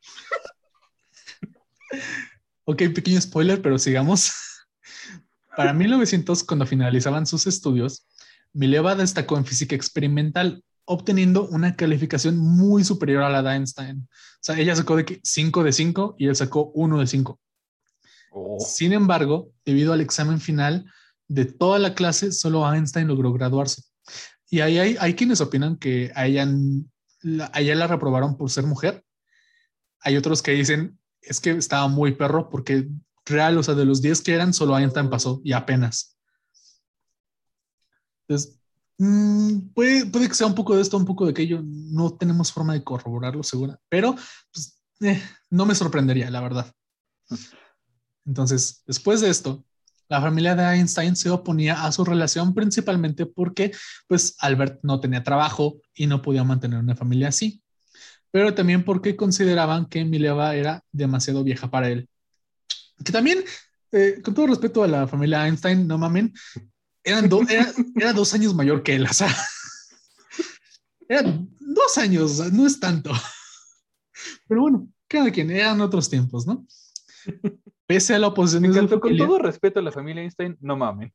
Ok, pequeño spoiler, pero sigamos. Para mil novecientos, cuando finalizaban sus estudios, Mileva destacó en física experimental, obteniendo una calificación muy superior a la de Einstein. O sea, ella sacó de cinco de cinco y él sacó uno de cinco. Oh. Sin embargo, debido al examen final de toda la clase, solo Einstein logró graduarse. Y ahí hay, hay quienes opinan que a ella, a ella la reprobaron por ser mujer. Hay otros que dicen, es que estaba muy perro porque real, o sea, de los diez que eran, solo Einstein pasó y apenas. Entonces, Mm, puede, puede que sea un poco de esto, un poco de aquello. No tenemos forma de corroborarlo, segura. Pero pues, eh, no me sorprendería, la verdad. Entonces, después de esto, la familia de Einstein se oponía a su relación principalmente porque pues Albert no tenía trabajo y no podía mantener una familia así, pero también porque consideraban que Mileva era demasiado vieja para él. Que también, eh, con todo respeto a la familia Einstein, no mamen, eran do, era, era dos años mayor que él, o sea, eran dos años, o sea, no es tanto. Pero bueno, cada quien, eran otros tiempos, ¿no? Pese a la oposición Me de su encantó, con familia. todo respeto a la familia Einstein, no mamen.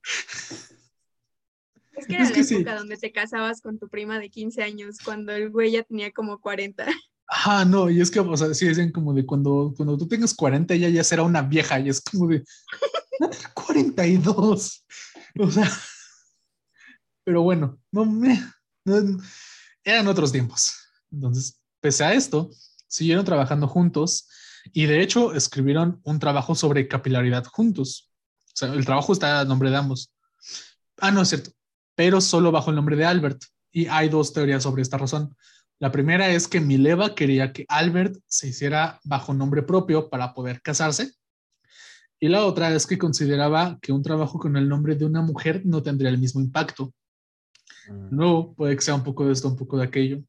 Es que era Es la que sí. época donde te casabas con tu prima de quince años, cuando el güey ya tenía como cuarenta. Ah, no, y es que, o sea, sí dicen como de cuando, cuando tú tengas cuarenta, ella ya será una vieja, y es como de cuarenta y dos. O sea, pero bueno, no me, no, eran otros tiempos. Entonces, pese a esto, siguieron trabajando juntos y de hecho escribieron un trabajo sobre capilaridad juntos. O sea, el trabajo está a nombre de ambos. Ah, no es cierto, pero solo bajo el nombre de Albert. Y hay dos teorías sobre esta razón. La primera es que Mileva quería que Albert se hiciera bajo nombre propio para poder casarse. Y la otra es que consideraba que un trabajo con el nombre de una mujer no tendría el mismo impacto. No, puede que sea un poco de esto, un poco de aquello.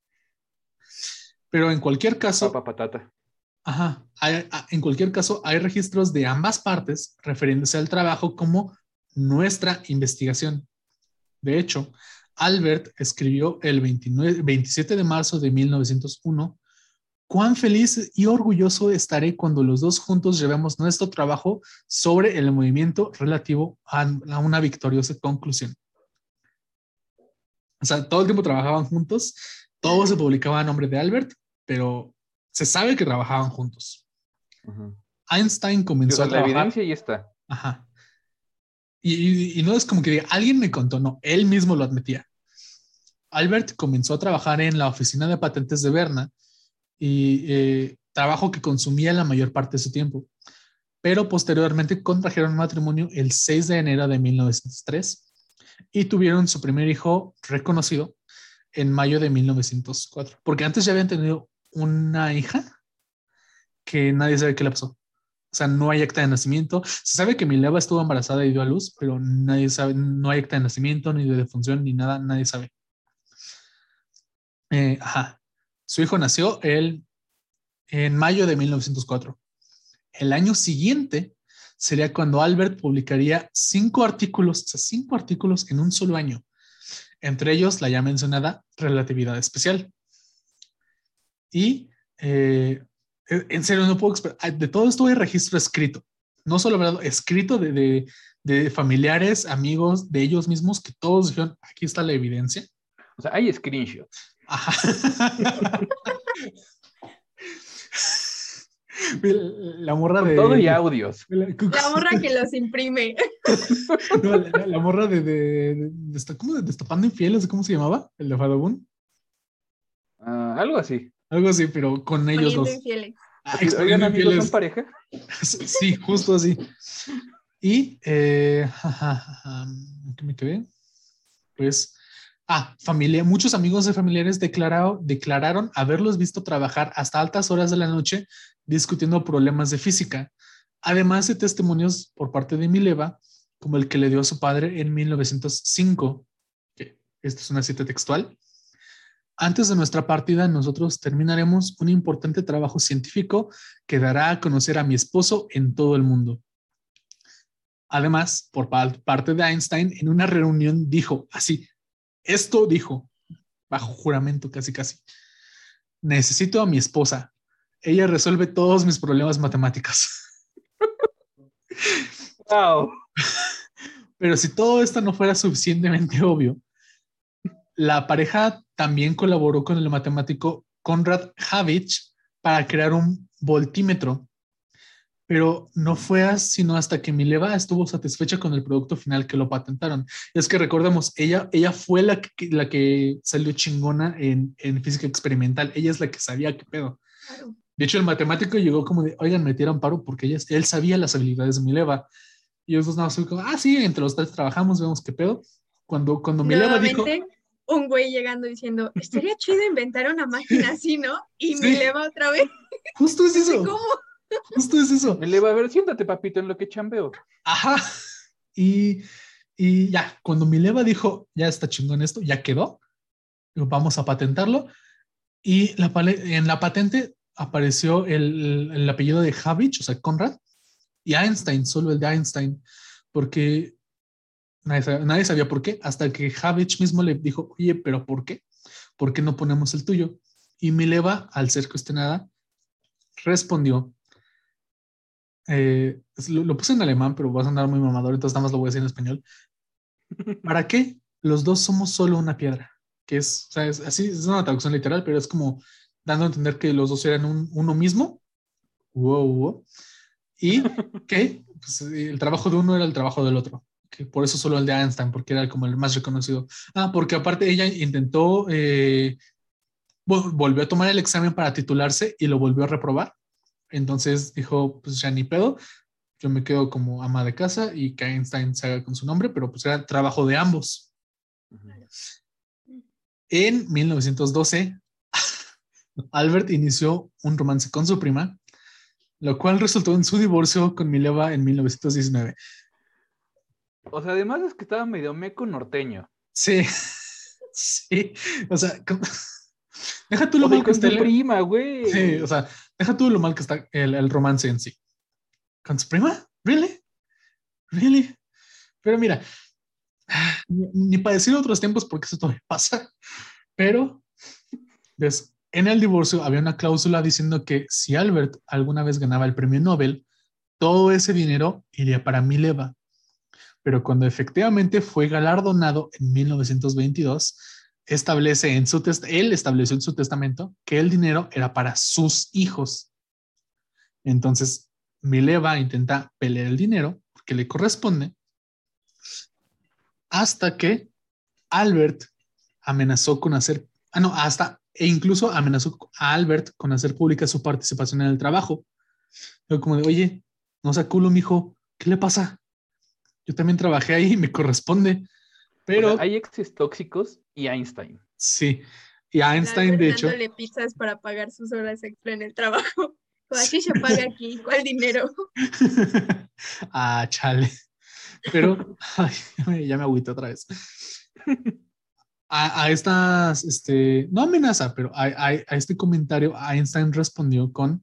Pero en cualquier caso, Papa patata. ajá, hay, en cualquier caso, hay registros de ambas partes refiriéndose al trabajo como nuestra investigación. De hecho, Albert escribió el veintinueve, veintisiete de marzo de mil novecientos uno: cuán feliz y orgulloso estaré cuando los dos juntos llevemos nuestro trabajo sobre el movimiento relativo a, a una victoriosa conclusión. O sea, todo el tiempo trabajaban juntos, todo se publicaba a nombre de Albert, pero se sabe que trabajaban juntos. Uh-huh. Einstein Sí, o comenzó sea, a la trabajar. evidencia ahí está. Ajá. Y, y, y no es como que diga, alguien me contó, no, él mismo lo admitía. Albert comenzó a trabajar en la oficina de patentes de Berna y eh, trabajo que consumía la mayor parte de su tiempo. Pero posteriormente contrajeron matrimonio el seis de enero de mil novecientos tres y tuvieron su primer hijo reconocido en mayo de mil novecientos cuatro. Porque antes ya habían tenido una hija que nadie sabe qué le pasó. O sea, no hay acta de nacimiento. Se sabe que Mileva estuvo embarazada y dio a luz, pero nadie sabe, no hay acta de nacimiento, ni de defunción, ni nada, nadie sabe. Eh, ajá. Su hijo nació el, en mayo de mil novecientos cuatro. El año siguiente sería cuando Albert publicaría cinco artículos, o sea, cinco artículos en un solo año. Entre ellos, la ya mencionada relatividad especial. Y, eh, en serio, no puedo explicar. De todo esto hay registro escrito. No solo hablado, escrito de, de, de familiares, amigos, de ellos mismos, que todos dijeron, aquí está la evidencia. O sea, hay screenshots. Ajá. La morra Con de... todo y audios. La morra que los imprime. No, la, la, la morra de, de, de, de, ¿cómo? De Destapando Infieles, ¿cómo se llamaba? El de Fadabun. Uh, algo así. Algo así, pero con ellos Exponiendo dos. infieles. Ah, Así, oigan, amigos, ¿son pareja? Sí, justo así. Y, eh, ¿qué me quedé? Pues, ah, familia, muchos amigos de familiares declarado, declararon haberlos visto trabajar hasta altas horas de la noche discutiendo problemas de física, además de testimonios por parte de Mileva, como el que le dio a su padre en mil novecientos cinco, que esta es una cita textual. Antes de nuestra partida, nosotros terminaremos un importante trabajo científico que dará a conocer a mi esposo en todo el mundo. Además, por parte de Einstein, en una reunión dijo así, esto dijo, bajo juramento casi casi, necesito a mi esposa. Ella resuelve todos mis problemas matemáticos. Wow. Pero si todo esto no fuera suficientemente obvio, la pareja también colaboró con el matemático Konrad Habicht para crear un voltímetro, pero no fue sino hasta que Mileva estuvo satisfecha con el producto final que lo patentaron. Y es que recordemos, ella, ella fue la que, la que salió chingona en, en física experimental. Ella es la que sabía qué pedo. Claro. De hecho, el matemático llegó como de, oigan, me tiran paro porque ella, él sabía las habilidades de Mileva. Y ellos dos nada más como, ah, sí, entre los tres trabajamos, vemos qué pedo. cuando, cuando Mileva dijo... Nuevamente, un güey llegando diciendo, estaría chido inventar una máquina así, ¿no? Y Sí. Mileva otra vez. Justo es eso. ¿Cómo? Justo es eso. Me le va a ver, siéntate, papito, en lo que chambeo. Ajá. Y, y ya, cuando Mileva dijo, ya está chingón esto, ya quedó, vamos a patentarlo. Y la, en la patente apareció el, el apellido de Havich, o sea, Conrad, y Einstein, solo el de Einstein, porque nadie, nadie sabía por qué, hasta que Havich mismo le dijo, oye, ¿pero por qué? ¿Por qué no ponemos el tuyo? Y Mileva, al ser cuestionada, respondió, eh, lo, lo puse en alemán, pero vas a andar muy mamador, entonces nada más lo voy a decir en español. ¿Para qué? Los dos somos solo una piedra, que es, o sea, es así, es una traducción literal, pero es como dando a entender que los dos eran un, uno mismo. Wow, wow. Y que pues, el trabajo de uno era el trabajo del otro. Que por eso solo el de Einstein, porque era como el más reconocido. Ah, porque aparte ella intentó, eh, volvió a tomar el examen para titularse y lo volvió a reprobar. Entonces dijo, pues ya ni pedo, yo me quedo como ama de casa y que Einstein se haga con su nombre, pero pues era trabajo de ambos. Uh-huh. En mil novecientos doce, Albert inició un romance con su prima, lo cual resultó en su divorcio con Mileva en mil novecientos diecinueve. O sea, además es que estaba medio meco norteño. Sí, sí, o sea, con... deja tú lo o sea, mal que está el... prima, güey. Sí, o sea, deja tú lo mal que está el, el romance en sí. ¿Con su prima? ¿Really? ¿Really? Pero mira, ni, ni para decir otros tiempos porque eso todavía pasa, pero pues, en el divorcio había una cláusula diciendo que si Albert alguna vez ganaba el premio Nobel, todo ese dinero iría para Mileva. Pero cuando efectivamente fue galardonado en mil novecientos veintidós, establece en su test él estableció en su testamento que el dinero era para sus hijos. Entonces, Mileva intenta pelear el dinero que le corresponde hasta que Albert amenazó con hacer, ah, no, hasta, e incluso amenazó a Albert con hacer pública su participación en el trabajo. Yo como de, oye, no sea culo, mijo, ¿qué le pasa? Yo también trabajé ahí y me corresponde. Pero... O sea, hay exes tóxicos y Einstein. Sí, y Einstein, de hecho... dándole pizzas para pagar sus horas extra en el trabajo. Así se paga aquí, ¿cuál dinero? Ah, chale. Pero, ay, ya me agüité otra vez. A, a estas, este, no amenaza, pero a, a, a este comentario Einstein respondió con...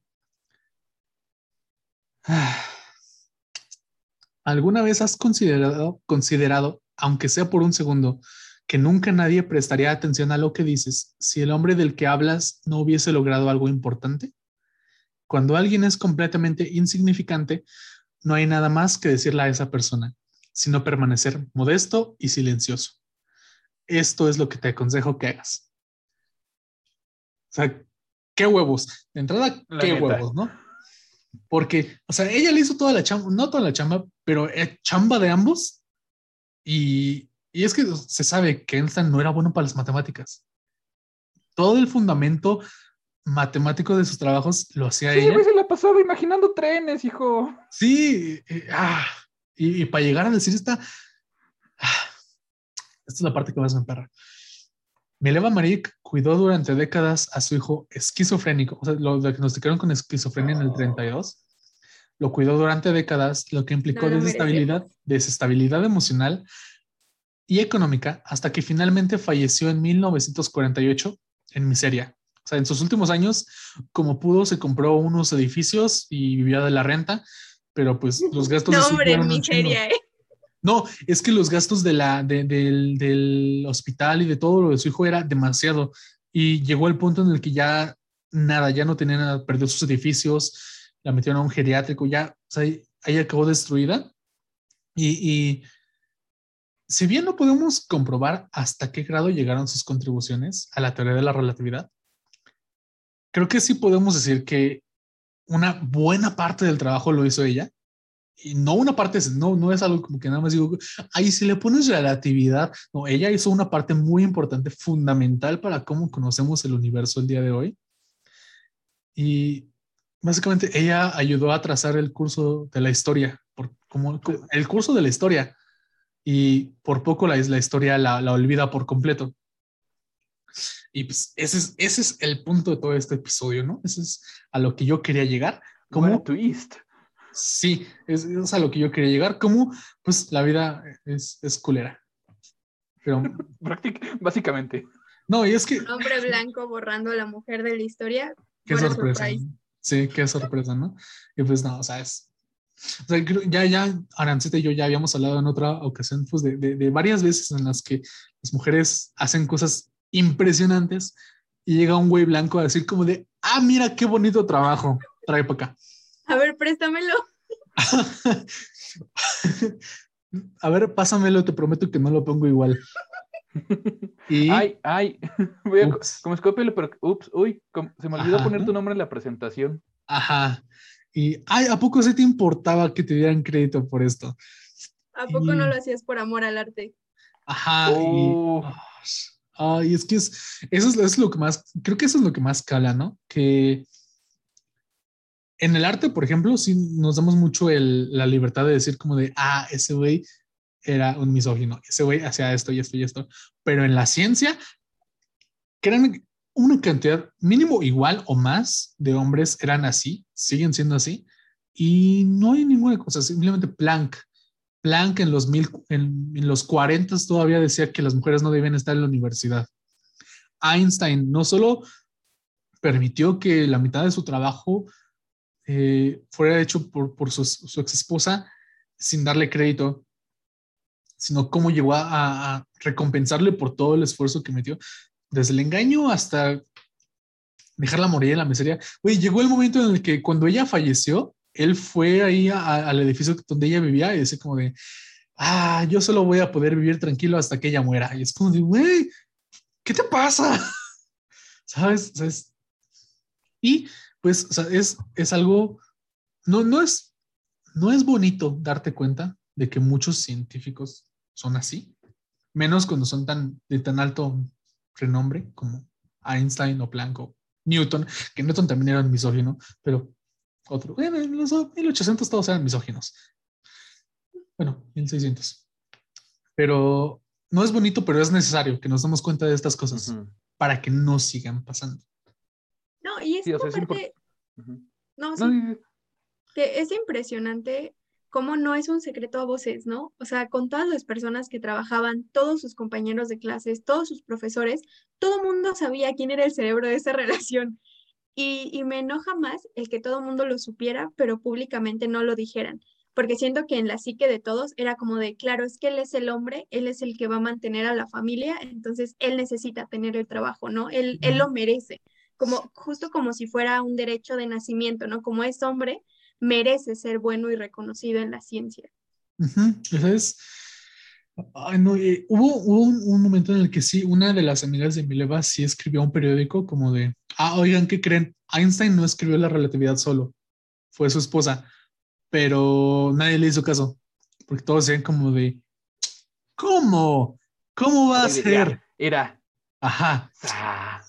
Ah, ¿alguna vez has considerado, considerado, aunque sea por un segundo, que nunca nadie prestaría atención a lo que dices si el hombre del que hablas no hubiese logrado algo importante? Cuando alguien es completamente insignificante, no hay nada más que decirle a esa persona, sino permanecer modesto y silencioso. Esto es lo que te aconsejo que hagas. O sea, qué huevos. De entrada, la qué neta. Huevos, ¿no? Porque, o sea, ella le hizo toda la chamba, no toda la chamba, pero eh, chamba de ambos. Y, y es que se sabe que Einstein no era bueno para las matemáticas. Todo el fundamento matemático de sus trabajos lo hacía sí, ella. Sí, se la pasaba imaginando trenes, hijo. Sí, eh, ah, y, y para llegar a decir esta, ah, esta es la parte que más me emperra. Mileva Maric cuidó durante décadas a su hijo esquizofrénico, o sea, lo diagnosticaron con esquizofrenia oh. en el treinta y dos. Lo cuidó durante décadas, lo que implicó no desestabilidad, desestabilidad emocional y económica, hasta que finalmente falleció en mil novecientos cuarenta y ocho en miseria. O sea, en sus últimos años, como pudo, se compró unos edificios y vivía de la renta, pero pues los gastos no, de su hombre, en miseria, ¿eh? No, es que los gastos de la, de, de, del hospital y de todo lo de su hijo era demasiado. Y llegó el punto en el que ya nada, ya no tenía nada, perdió sus edificios, la metieron a un geriátrico, ya, o sea, ahí acabó destruida. Y, y si bien no podemos comprobar hasta qué grado llegaron sus contribuciones a la teoría de la relatividad, creo que sí podemos decir que una buena parte del trabajo lo hizo ella. Y no una parte, no, no es algo como que nada más digo, ahí si le pones relatividad, no, ella hizo una parte muy importante, fundamental para cómo conocemos el universo el día de hoy. Y básicamente ella ayudó a trazar el curso de la historia, por, como, el curso de la historia. y por poco la, la historia la, la olvida por completo. Y pues ese es, ese es el punto de todo este episodio, ¿no? Ese es a lo que yo quería llegar. What a ¿Cómo? twist. Sí, es, es a lo que yo quería llegar. ¿Cómo? Pues la vida es, es culera. Pero, Práctic- básicamente. no, y es que, Un hombre blanco borrando a la mujer de la historia. qué What a sorpresa. surprise. Sí, qué sorpresa, ¿no? Y pues no, o sea, es, o sea, creo- ya, ya, Aranceta y yo ya habíamos hablado en otra ocasión, pues, de, de, de varias veces en las que las mujeres hacen cosas impresionantes y llega un güey blanco a decir como de, ah, mira qué bonito trabajo, trae para acá. A ver, préstamelo. A ver, pásamelo, te prometo que no lo pongo igual. Y, Ay, ay. Voy a co- ups, como escópelo, pero ups, uy, com- se me olvidó ajá, poner tu nombre en la presentación. ajá. Y, ay, ¿a poco sí te importaba que te dieran crédito por esto? ¿A poco no Y, lo hacías por amor al arte? ajá, y, Oh, ay, es que es, eso es, es lo que más, creo que eso es lo que más cala, ¿no? Que en el arte, por ejemplo, sí nos damos mucho el, la libertad de decir como de, ah, ese güey era un misógino, ese güey hacía esto y esto y esto, pero en la ciencia, crean una cantidad mínimo igual o más de hombres eran así, siguen siendo así, y no hay ninguna cosa, simplemente Planck. Planck en los, mil, en, en los cuarenta todavía decía que las mujeres no debían estar en la universidad. Einstein no solo permitió que la mitad de su trabajo eh, fuera hecho por, por su, su ex esposa sin darle crédito, sino cómo llegó a, a recompensarle por todo el esfuerzo que metió, desde el engaño hasta dejarla morir en la miseria. Güey, llegó el momento en el que cuando ella falleció, él fue ahí a, al edificio donde ella vivía y dice como de, ah, yo solo voy a poder vivir tranquilo hasta que ella muera. Y es como de, güey, ¿qué te pasa? ¿Sabes? ¿Sabes? Y pues, o sea, es, es algo, no, no es, no es bonito darte cuenta de que muchos científicos son así, menos cuando son tan, de tan alto renombre como Einstein o Planck o Newton, que Newton también era un misógino, pero otro, bueno, en los mil ochocientos todos eran misóginos. Bueno, mil seiscientos. Pero no es bonito, pero es necesario que nos demos cuenta de estas cosas ujú. para que no sigan pasando. No, y es Sí, o que sea, es importante. aparte, no, No, sí, sí, sí. que es impresionante cómo no es un secreto a voces, ¿no? O sea, con todas las personas que trabajaban, todos sus compañeros de clases, todos sus profesores, todo mundo sabía quién era el cerebro de esa relación. Y, y me enoja más el que todo mundo lo supiera, pero públicamente no lo dijeran, porque siento que en la psique de todos era como de, claro, es que él es el hombre, él es el que va a mantener a la familia, entonces él necesita tener el trabajo, ¿no? Él, él lo merece, como, justo como si fuera un derecho de nacimiento, ¿no? Como es hombre, merece ser bueno y reconocido en la ciencia. Uh-huh. ¿Sabes? Ay, no, eh, hubo, hubo un, un, momento en el que sí, una de las amigas de Mileva sí escribió un periódico como de, ah, oigan, ¿qué creen? Einstein no escribió la relatividad solo, fue su esposa, pero nadie le hizo caso, porque todos decían como de, ¿cómo? ¿Cómo va a Así de, era, ser? era. Ajá. Sa.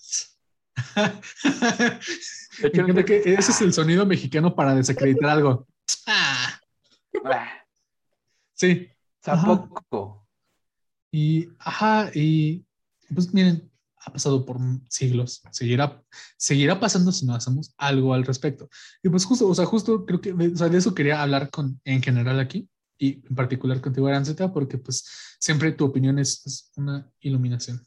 Me Echaron encanta que ustedes. ese es el sonido mexicano para desacreditar algo. Ah, Ah, sí. Ajá. Zapoco. Y, ajá, y pues miren, ha pasado por siglos, seguirá, seguirá pasando si no hacemos algo al respecto. Y pues justo, o sea, justo creo que, o sea, de eso quería hablar con, en general aquí, y en particular contigo, Aranceta, porque pues siempre tu opinión es, es una iluminación.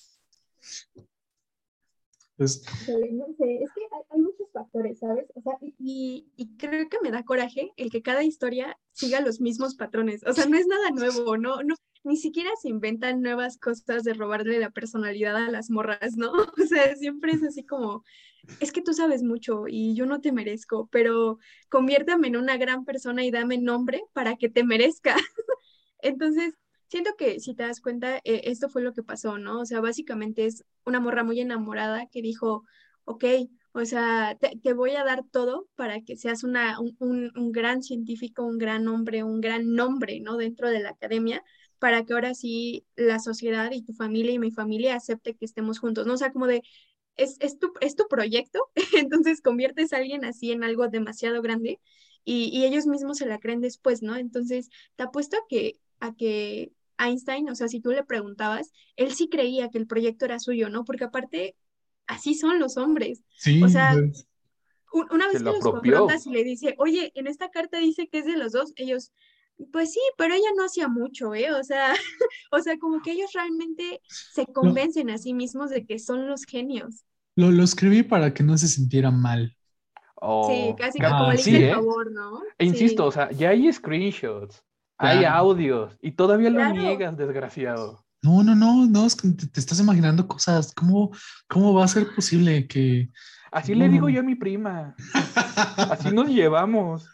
Entonces, Híjole, no sé, es que hay, hay muchos factores, ¿sabes? O sea, y, y y creo que me da coraje el que cada historia siga los mismos patrones. O sea, no es nada nuevo, no, no, ni siquiera se inventan nuevas cosas de robarle la personalidad a las morras, ¿no? O sea, siempre es así como, es que tú sabes mucho y yo no te merezco, pero conviértame en una gran persona y dame nombre para que te merezca. Entonces, siento que si te das cuenta, eh, esto fue lo que pasó, ¿no? O sea, básicamente es una morra muy enamorada que dijo, ok, o sea, te, te voy a dar todo para que seas una, un, un, un gran científico, un gran hombre, un gran nombre, ¿no? Dentro de la academia, para que ahora sí la sociedad y tu familia y mi familia acepte que estemos juntos, ¿no? O sea, como de, es, es tu, es tu proyecto, entonces conviertes a alguien así en algo demasiado grande y, y ellos mismos se la creen después, ¿no? Entonces, te apuesto a que, a que Einstein, o sea, si tú le preguntabas, él sí creía que el proyecto era suyo, ¿no? Porque aparte, así son los hombres. O Sí, sea, pues, un- una Se vez lo que los apropió. confrontas y le dice, oye, en esta carta dice que es de los dos, ellos, pues sí, pero ella no hacía mucho, ¿eh? O sea, o sea, como que ellos realmente se lo, convencen a sí mismos de que son los genios. lo, lo escribí para que no se sintiera mal. Sí, O casi co- ca- como Ajá, le hice sí, el sí, ¿eh? favor, ¿no? E insisto, Sí, o sea, ya hay screenshots, hay claro. audios, y todavía lo claro. niegas, desgraciado. No, no, no, no, es que te, te estás imaginando cosas. ¿Cómo, cómo va a ser posible que, que Así no, le no, digo no? yo a mi prima. Así nos llevamos.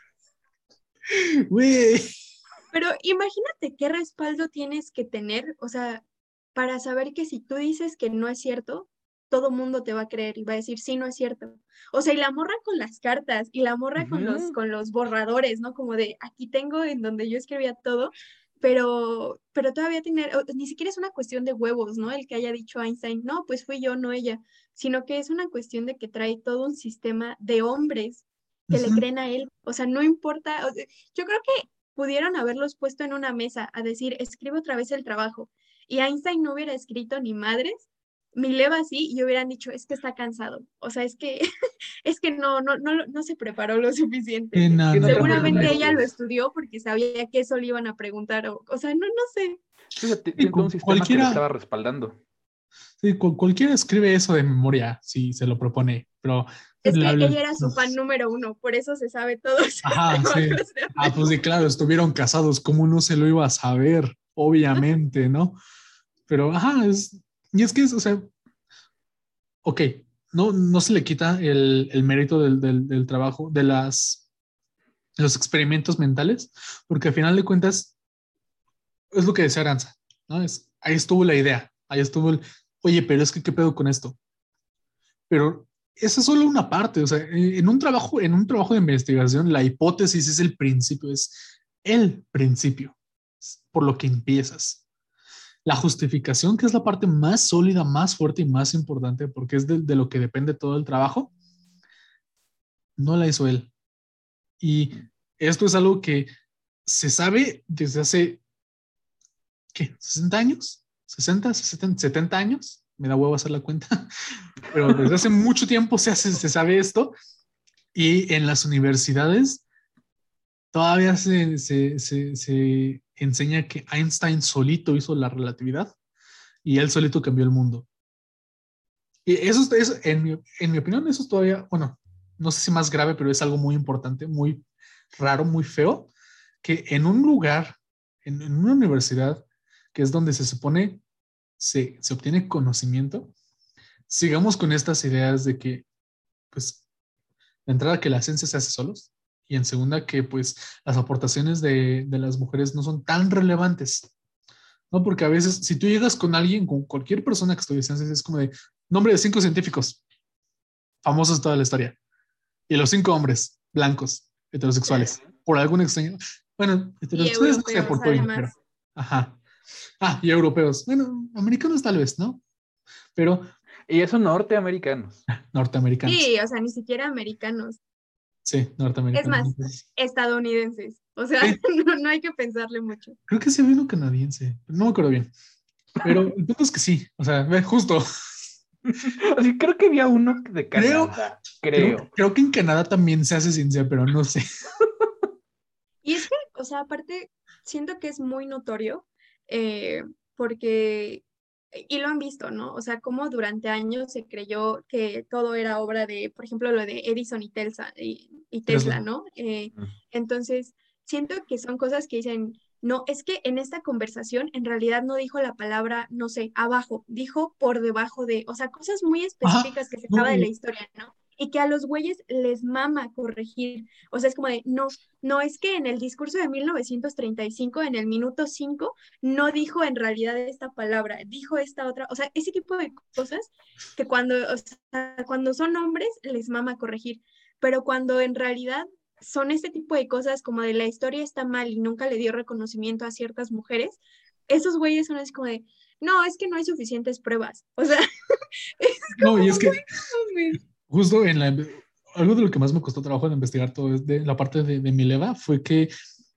Güey. Pero imagínate qué respaldo tienes que tener, o sea, para saber que si tú dices que no es cierto, todo mundo te va a creer y va a decir, sí, no es cierto. O sea, y la morra con las cartas y la morra con los, Ujú. con los borradores, ¿no? Como de, aquí tengo en donde yo escribía todo, pero, pero todavía tener, o- ni siquiera es una cuestión de huevos, ¿no? El que haya dicho Einstein, no, pues fui yo, no ella, sino que es una cuestión de que trae todo un sistema de hombres que le Ujú. creen a él. O sea, no importa, o sea, yo creo que pudieron haberlos puesto en una mesa a decir, escribe otra vez el trabajo. Y Einstein no hubiera escrito ni madres, Mileva sí, y hubieran dicho, es que está cansado. O sea, es que, es que no, no, no, no se preparó lo suficiente. Sí, no, Que no no, trajo los Seguramente totalmente. ella lo textos. estudió porque sabía que eso le iban a preguntar. O, o sea, no, no sé. Sí, o sea, ti- Sí, tiene todo un cu- sistema que lo cualquiera, estaba respaldando. sí, cu- cualquiera escribe eso de memoria si se lo propone, pero Es la- que la- ella era su fan número uno, por eso se sabe todos sus ajá, sí. trabajos de Ah, pues sí, memoria. claro, estuvieron casados, ¿cómo no se lo iba a saber? Obviamente, ¿no? Pero, ajá, es, y es que es, o sea, ok, no, no se le quita el, el mérito del, del, del trabajo, de las, de los experimentos mentales, porque al final de cuentas es lo que decía Aranza, ¿no? Es, ahí estuvo la idea, ahí estuvo el, oye, pero es que, ¿qué pedo con esto? Pero esa es solo una parte, o sea, en un trabajo, en un trabajo de investigación, la hipótesis es el principio, es el principio, es por lo que empiezas. La justificación, que es la parte más sólida, más fuerte y más importante, porque es de, de lo que depende todo el trabajo, no la hizo él. Y esto es algo que se sabe desde hace, ¿qué? ¿sesenta años? ¿sesenta, setenta, setenta años? Me da huevo hacer la cuenta. Pero desde hace mucho tiempo se, hace, se sabe esto. Y en las universidades todavía se, se, se, se enseña que Einstein solito hizo la relatividad y él solito cambió el mundo. Y eso, eso en, mi, en mi opinión, eso es todavía, bueno, no sé si más grave, pero es algo muy importante, muy raro, muy feo, que en un lugar, en, en una universidad, que es donde se supone se, se obtiene conocimiento, sigamos con estas ideas de que, pues, de entrada que la ciencia se hace solos, y en segunda que, pues, las aportaciones de, de las mujeres no son tan relevantes, ¿no? Porque a veces, si tú llegas con alguien, con cualquier persona que estudie ciencias, es como de nombre de cinco científicos famosos de toda la historia. Y los cinco hombres blancos, heterosexuales, por algún extraño. Bueno, Y heterosexuales no sé europeos, por qué, pero. además. Ajá. Ah, y europeos. Bueno, americanos tal vez, ¿no? Pero Y esos norteamericanos. norteamericanos. Sí, o sea, ni siquiera americanos. Sí, Es norteamericanos. más, Entonces, estadounidenses. O sea, sí, no, no hay que pensarle mucho. creo que sí había uno canadiense. No me acuerdo bien. Pero el punto es que sí. O sea, ve, justo. Así creo que había uno de Creo, Canadá, creo, creo. creo que en Canadá también se hace ciencia, pero no sé. Y es que, o sea, aparte, siento que es muy notorio eh, porque, y lo han visto, ¿no? O sea, como durante años se creyó que todo era obra de, por ejemplo, lo de Edison y Tesla, y, y Tesla, Tesla. ¿no? Eh, Mm. entonces, siento que son cosas que dicen, no, es que en esta conversación en realidad no dijo la palabra, no sé, abajo, dijo por debajo de, o sea, cosas muy Ajá. específicas que se No, acaba de la y- historia, ¿no? Y que a los güeyes les mama corregir. O sea, es como de, no, no, es que en el discurso de mil novecientos treinta y cinco, en el minuto cinco, no dijo en realidad esta palabra, dijo esta otra, o sea, ese tipo de cosas que cuando, o sea, cuando son hombres les mama corregir, pero cuando en realidad son este tipo de cosas como de la historia está mal y nunca le dio reconocimiento a ciertas mujeres, esos güeyes son así como de, no, es que no hay suficientes pruebas, o sea, es no, y como, es que güey, justo en la, algo de lo que más me costó trabajo de investigar todo es de la parte de, de Mileva fue que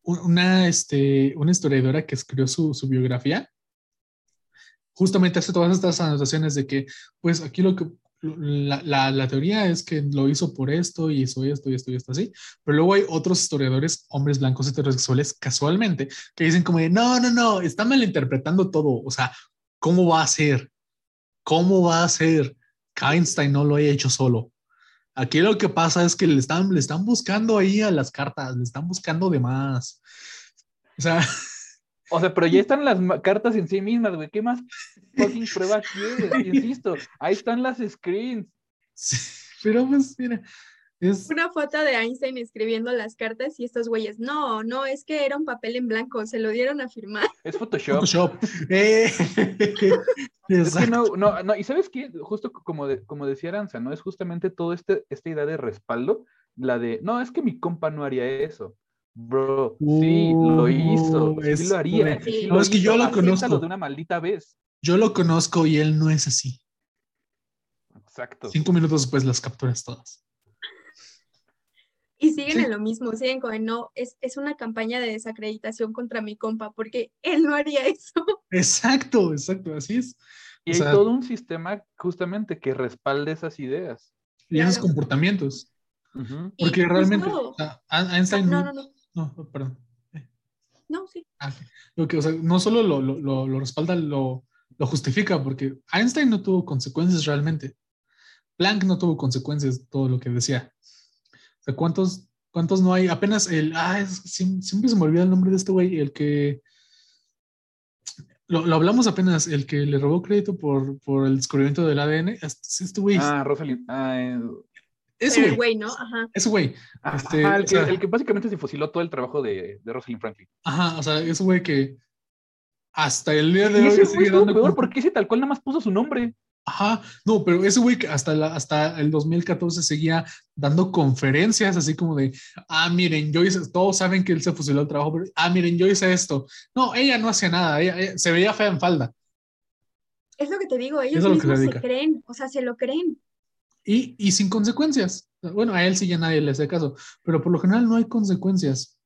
una, este, una historiadora que escribió su, su biografía, justamente hace todas estas anotaciones de que, pues aquí lo que, la, la, la teoría es que lo hizo por esto y hizo esto y esto y esto así, pero luego hay otros historiadores, hombres blancos heterosexuales, casualmente, que dicen como de, no, no, no, está malinterpretando todo, o sea, ¿cómo va a ser? ¿Cómo va a ser que Einstein no lo haya hecho solo? Aquí lo que pasa es que le están, le están buscando ahí a las cartas, le están buscando de más. O sea, O sea, pero ya están las ma- cartas en sí mismas, güey. ¿Qué más fucking prueba quieres? Insisto, ahí están las screens. sí, pero pues mira, es Una foto de Einstein escribiendo las cartas y estos güeyes, no, no, es que era un papel en blanco, se lo dieron a firmar. Es Photoshop. Photoshop. Eh, Es que exacto. no, no, no, y ¿sabes qué? Justo c- como, de, como decía Aranza, ¿no? Es justamente toda este, esta idea de respaldo, la de, no, es que mi compa no haría eso. Bro, sí, lo hizo, Uh, sí lo es como haría de, y sí Sí. no, lo es que yo hizo. lo Acéptalo de conozco, una maldita vez. yo lo conozco y él no es así. Exacto. Cinco minutos después las capturas todas. Y siguen en Sí, lo mismo, siguen con, no, es, es una campaña de desacreditación contra mi compa, porque él no haría eso. exacto, exacto, así es. Y O hay sea, todo un sistema justamente que respalde esas ideas. y esos Claro. comportamientos. Ujú. Y Porque realmente, o justo, sea, ah, Einstein no, no, no, no, no, perdón. no, sí. Ah, ok. Lo que, o sea, no solo lo, lo, lo, lo respalda, lo, lo justifica, porque Einstein no tuvo consecuencias realmente. Planck no tuvo consecuencias, todo lo que decía. O sea, ¿cuántos, cuántos no hay? Apenas el, ah, es- siempre, siempre se me olvida el nombre de este güey, el que, lo, lo hablamos apenas, el que le robó crédito por, por el descubrimiento del A D N, este, este güey, Ah, Rosalind. Ah, eh, ese Pero el güey, güey, ¿no? Ajá. ese güey, ajá, este, el o que, el sea, que básicamente se fusiló todo el trabajo de, de Rosalind Franklin. ajá, o sea, ese güey que hasta el día de Y, y hoy ese güey sigue estuvo dando. peor porque ese tal cual nada más puso su nombre. Ajá, no, pero ese güey que hasta, la, hasta el dos mil catorce seguía dando conferencias así como de, ah, miren, yo hice, todos saben que él se fusiló el trabajo, pero, ah, miren, yo hice esto. No, ella no hacía nada, ella, ella se veía fea en falda. Es lo que te digo, Eso es ellos a lo que se mismos se dedica. creen, o sea, se lo creen. Y, y sin consecuencias. Bueno, a él sí ya nadie le hace caso, pero por lo general no hay consecuencias.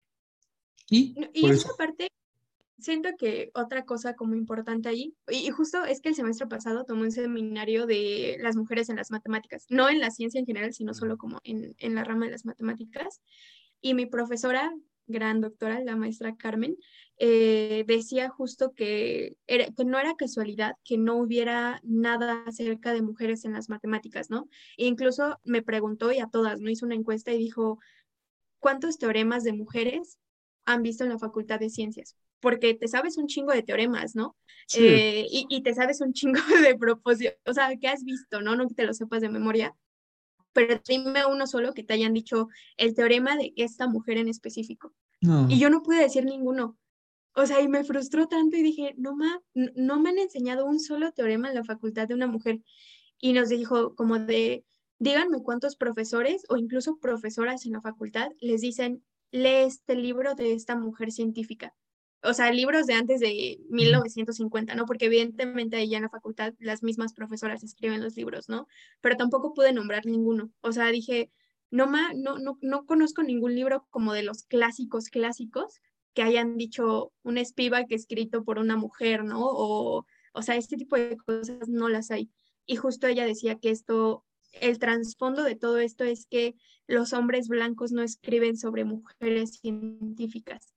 Y No, y por esta eso, parte, siento que otra cosa como importante ahí, y, y justo es que el semestre pasado tomé un seminario de las mujeres en las matemáticas, no en la ciencia en general, sino solo como en, en la rama de las matemáticas. Y mi profesora, gran doctora, la maestra Carmen, eh, decía justo que, era, que no era casualidad que no hubiera nada acerca de mujeres en las matemáticas, ¿no? E incluso me preguntó y a todas, ¿no? Hizo una encuesta y dijo, ¿cuántos teoremas de mujeres han visto en la Facultad de Ciencias? Porque te sabes un chingo de teoremas, ¿no? sí, Eh, y, y te sabes un chingo de propósitos, o sea, que has visto, ¿no? No que te lo sepas de memoria, pero dime uno solo que te hayan dicho el teorema de esta mujer en específico. Y no, yo no pude decir ninguno. O sea, y me frustró tanto y dije, no, ma, n- no me han enseñado un solo teorema en la facultad de una mujer. Y nos dijo como de, díganme cuántos profesores o incluso profesoras en la facultad les dicen, lee este libro de esta mujer científica. O sea, libros de antes de mil ujú, novecientos cincuenta, ¿no? Porque evidentemente ahí en la facultad las mismas profesoras escriben los libros, ¿no? Pero tampoco pude nombrar ninguno. O sea, dije, no, ma, no, no, no conozco ningún libro como de los clásicos clásicos que hayan dicho un Spivak escrito por una mujer, ¿no? O, o sea, este tipo de cosas no las hay. Y justo ella decía que esto, el trasfondo de todo esto es que los hombres blancos no escriben sobre mujeres científicas.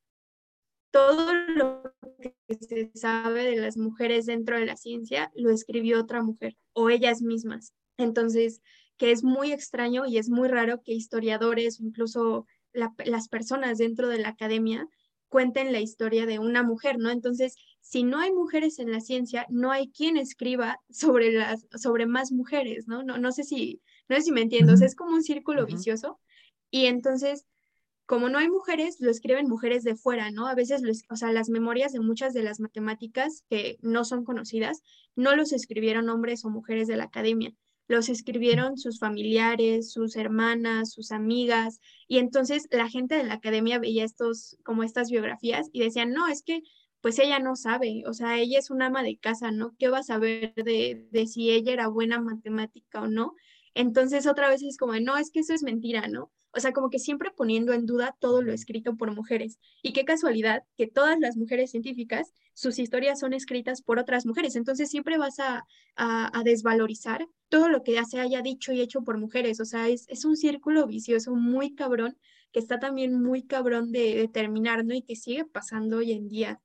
Todo lo que se sabe de las mujeres dentro de la ciencia lo escribió otra mujer o ellas mismas. Entonces, que es muy extraño y es muy raro que historiadores o incluso la, las personas dentro de la academia cuenten la historia de una mujer, ¿no? Entonces, si no hay mujeres en la ciencia, no hay quien escriba sobre las sobre más mujeres, ¿no? No, no sé si no sé si me entiendo, o sea, ujú, es como un círculo Ujú. vicioso y entonces como no hay mujeres, lo escriben mujeres de fuera, ¿no? A veces, los, o sea, las memorias de muchas de las matemáticas que no son conocidas, no los escribieron hombres o mujeres de la academia, los escribieron sus familiares, sus hermanas, sus amigas, y entonces la gente de la academia veía estos, como estas biografías y decían, no, es que pues ella no sabe, o sea, ella es un ama de casa, ¿no? ¿Qué va a saber de, de si ella era buena matemática o no? Entonces otra vez es como, no, es que eso es mentira, ¿no? O sea, como que siempre poniendo en duda todo lo escrito por mujeres. Y qué casualidad que todas las mujeres científicas, sus historias son escritas por otras mujeres. Entonces siempre vas a, a, a desvalorizar todo lo que ya se haya dicho y hecho por mujeres. O sea, es, es un círculo vicioso muy cabrón, que está también muy cabrón de, de terminar, ¿no? Y que sigue pasando hoy en día.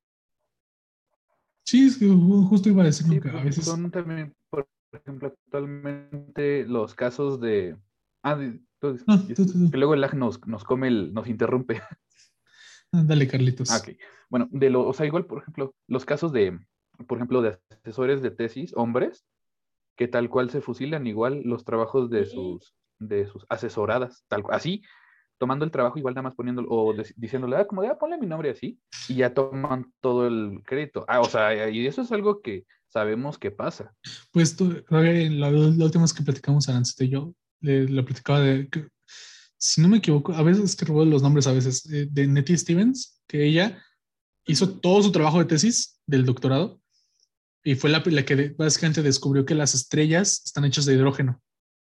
Sí, es que ju- justo iba a decir Sí, que a porque veces... son también, por ejemplo, actualmente los casos de... Ah, de- tú- No, y tú, esto- tú, tú. que luego el lag nos, nos come, el, nos interrumpe. Ah, dale, Ah, Carlitos. ok. Bueno, de lo, o sea, igual, por ejemplo, los casos de, por ejemplo, de asesores de tesis, hombres, que tal cual se fusilan igual los trabajos de Sí. sus, de sus asesoradas, tal cual, así, tomando el trabajo igual nada más poniéndolo, o de- diciéndole, ah, como de, ah, ponle mi nombre así, y ya toman todo el crédito. Ah, o sea, y eso es algo que sabemos que pasa. Pues tú, eh, la, la última vez que platicamos, Arancito y yo, le, le platicaba de que, si no me equivoco, a veces que robo los nombres a veces, eh, de Nettie Stevens, que ella hizo Ujú. todo su trabajo de tesis del doctorado y fue la, la que de- básicamente descubrió que las estrellas están hechas de hidrógeno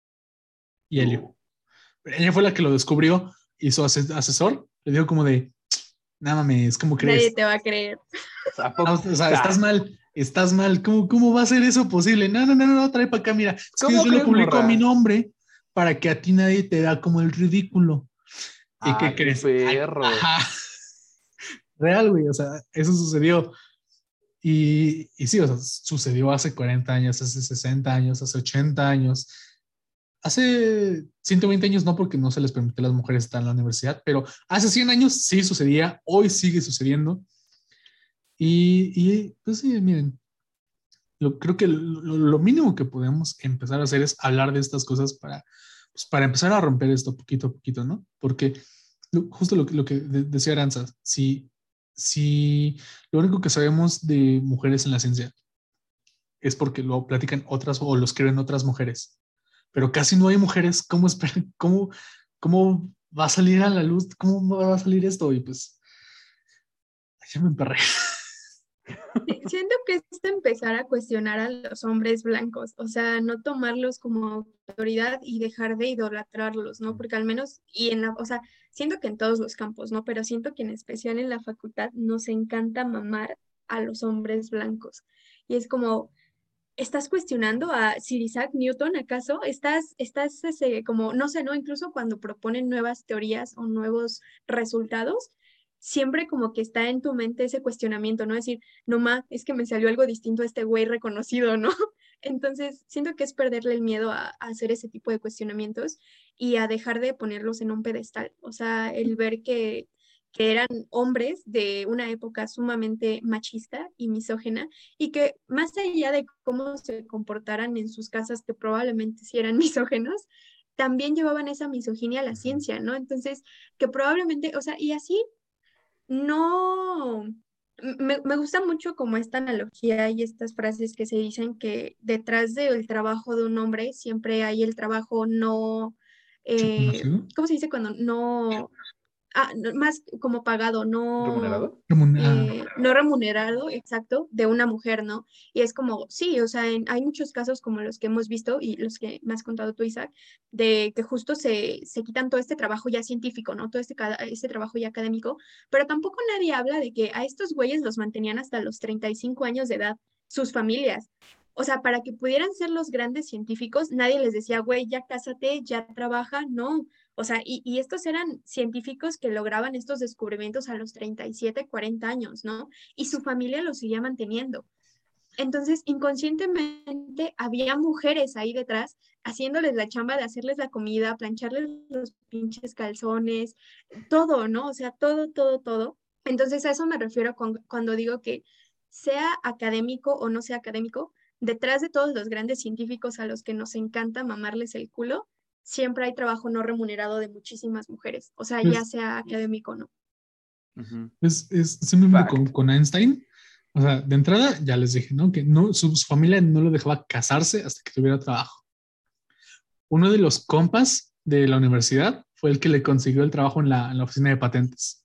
y helio. Ella fue la que lo descubrió y su ase- asesor le dijo como de, nada mames, ¿cómo Nadie crees? te va a creer. ¿A No, poco? o sea, estás mal, estás mal. ¿Cómo, cómo va a ser eso posible? No, no, no, no, no, trae para acá, mira. Es que ¿Cómo yo lo crees, publico a mi morra? nombre para que a ti nadie te da como el ridículo. ¿Y qué Ah, qué crees? Ay, perro. ajá, real, güey, o sea, eso sucedió. Y, y sí, o sea, sucedió hace cuarenta años, hace sesenta años, hace ochenta años. Hace ciento veinte años no, porque no se les permite a las mujeres estar en la universidad, pero hace cien años sí sucedía, hoy sigue sucediendo. Y, y pues sí, miren, lo, creo que lo, lo mínimo que podemos empezar a hacer es hablar de estas cosas para, pues, para empezar a romper esto poquito a poquito, ¿no? Porque lo, justo lo, lo que de, decía Aranza, si, si lo único que sabemos de mujeres en la ciencia es porque lo platican otras o lo escriben otras mujeres, pero casi no hay mujeres, ¿cómo, esperan, cómo, cómo va a salir a la luz? ¿Cómo va a salir esto? Y pues, ya me emperré. Sí, siento que es empezar a cuestionar a los hombres blancos, o sea, no tomarlos como autoridad y dejar de idolatrarlos, ¿no? Porque al menos, y en la, o sea, siento que en todos los campos, ¿no? Pero siento que en especial en la facultad nos encanta mamar a los hombres blancos. Y es como, ¿estás cuestionando a Sir Isaac Newton, acaso? ¿Estás, estás ese, como, no sé, ¿no? Incluso cuando proponen nuevas teorías o nuevos resultados, siempre como que está en tu mente ese cuestionamiento, ¿no? Decir, no ma, es que me salió algo distinto a este güey reconocido, ¿no? Entonces, siento que es perderle el miedo a, a hacer ese tipo de cuestionamientos y a dejar de ponerlos en un pedestal. O sea, el ver que que eran hombres de una época sumamente machista y misógena, y que más allá de cómo se comportaran en sus casas, que probablemente sí eran misógenos, también llevaban esa misoginia a la Ujú. ciencia, ¿no? Entonces, que probablemente, o sea, y así no, me, me gusta mucho como esta analogía y estas frases que se dicen que detrás del trabajo de un hombre siempre hay el trabajo no, eh, ¿Reconocido? ¿cómo se dice cuando no? Ah, no, más como pagado, no, ¿Remunerado? Remunerado. eh, no remunerado, exacto, de una mujer, ¿no? Y es como, sí, o sea, en- hay muchos casos como los que hemos visto y los que me has contado tú, Isaac, de que justo se, se quitan todo este trabajo ya científico, ¿no? Todo este, cada- este trabajo ya académico, pero tampoco nadie habla de que a estos güeyes los mantenían hasta los treinta y cinco años de edad, sus familias. O sea, para que pudieran ser los grandes científicos, nadie les decía, güey, ya cásate, ya trabaja, no. O sea, y, y estos eran científicos que lograban estos descubrimientos a los treinta y siete, cuarenta años, ¿no? Y su familia los seguía manteniendo. Entonces, inconscientemente había mujeres ahí detrás haciéndoles la chamba de hacerles la comida, plancharles los pinches calzones, todo, ¿no? O sea, todo, todo, todo. Entonces, a eso me refiero con- cuando digo que sea académico o no sea académico, detrás de todos los grandes científicos a los que nos encanta mamarles el culo, siempre hay trabajo no remunerado de muchísimas mujeres, o sea, ya Pues, sea académico o no. Ujú. es, es simplemente con, Fact. con Einstein. O sea, de entrada ya les dije, ¿no? Que no, su, su familia no lo dejaba casarse hasta que tuviera trabajo. Uno de los compas de la universidad fue el que le consiguió el trabajo en la, en la oficina de patentes.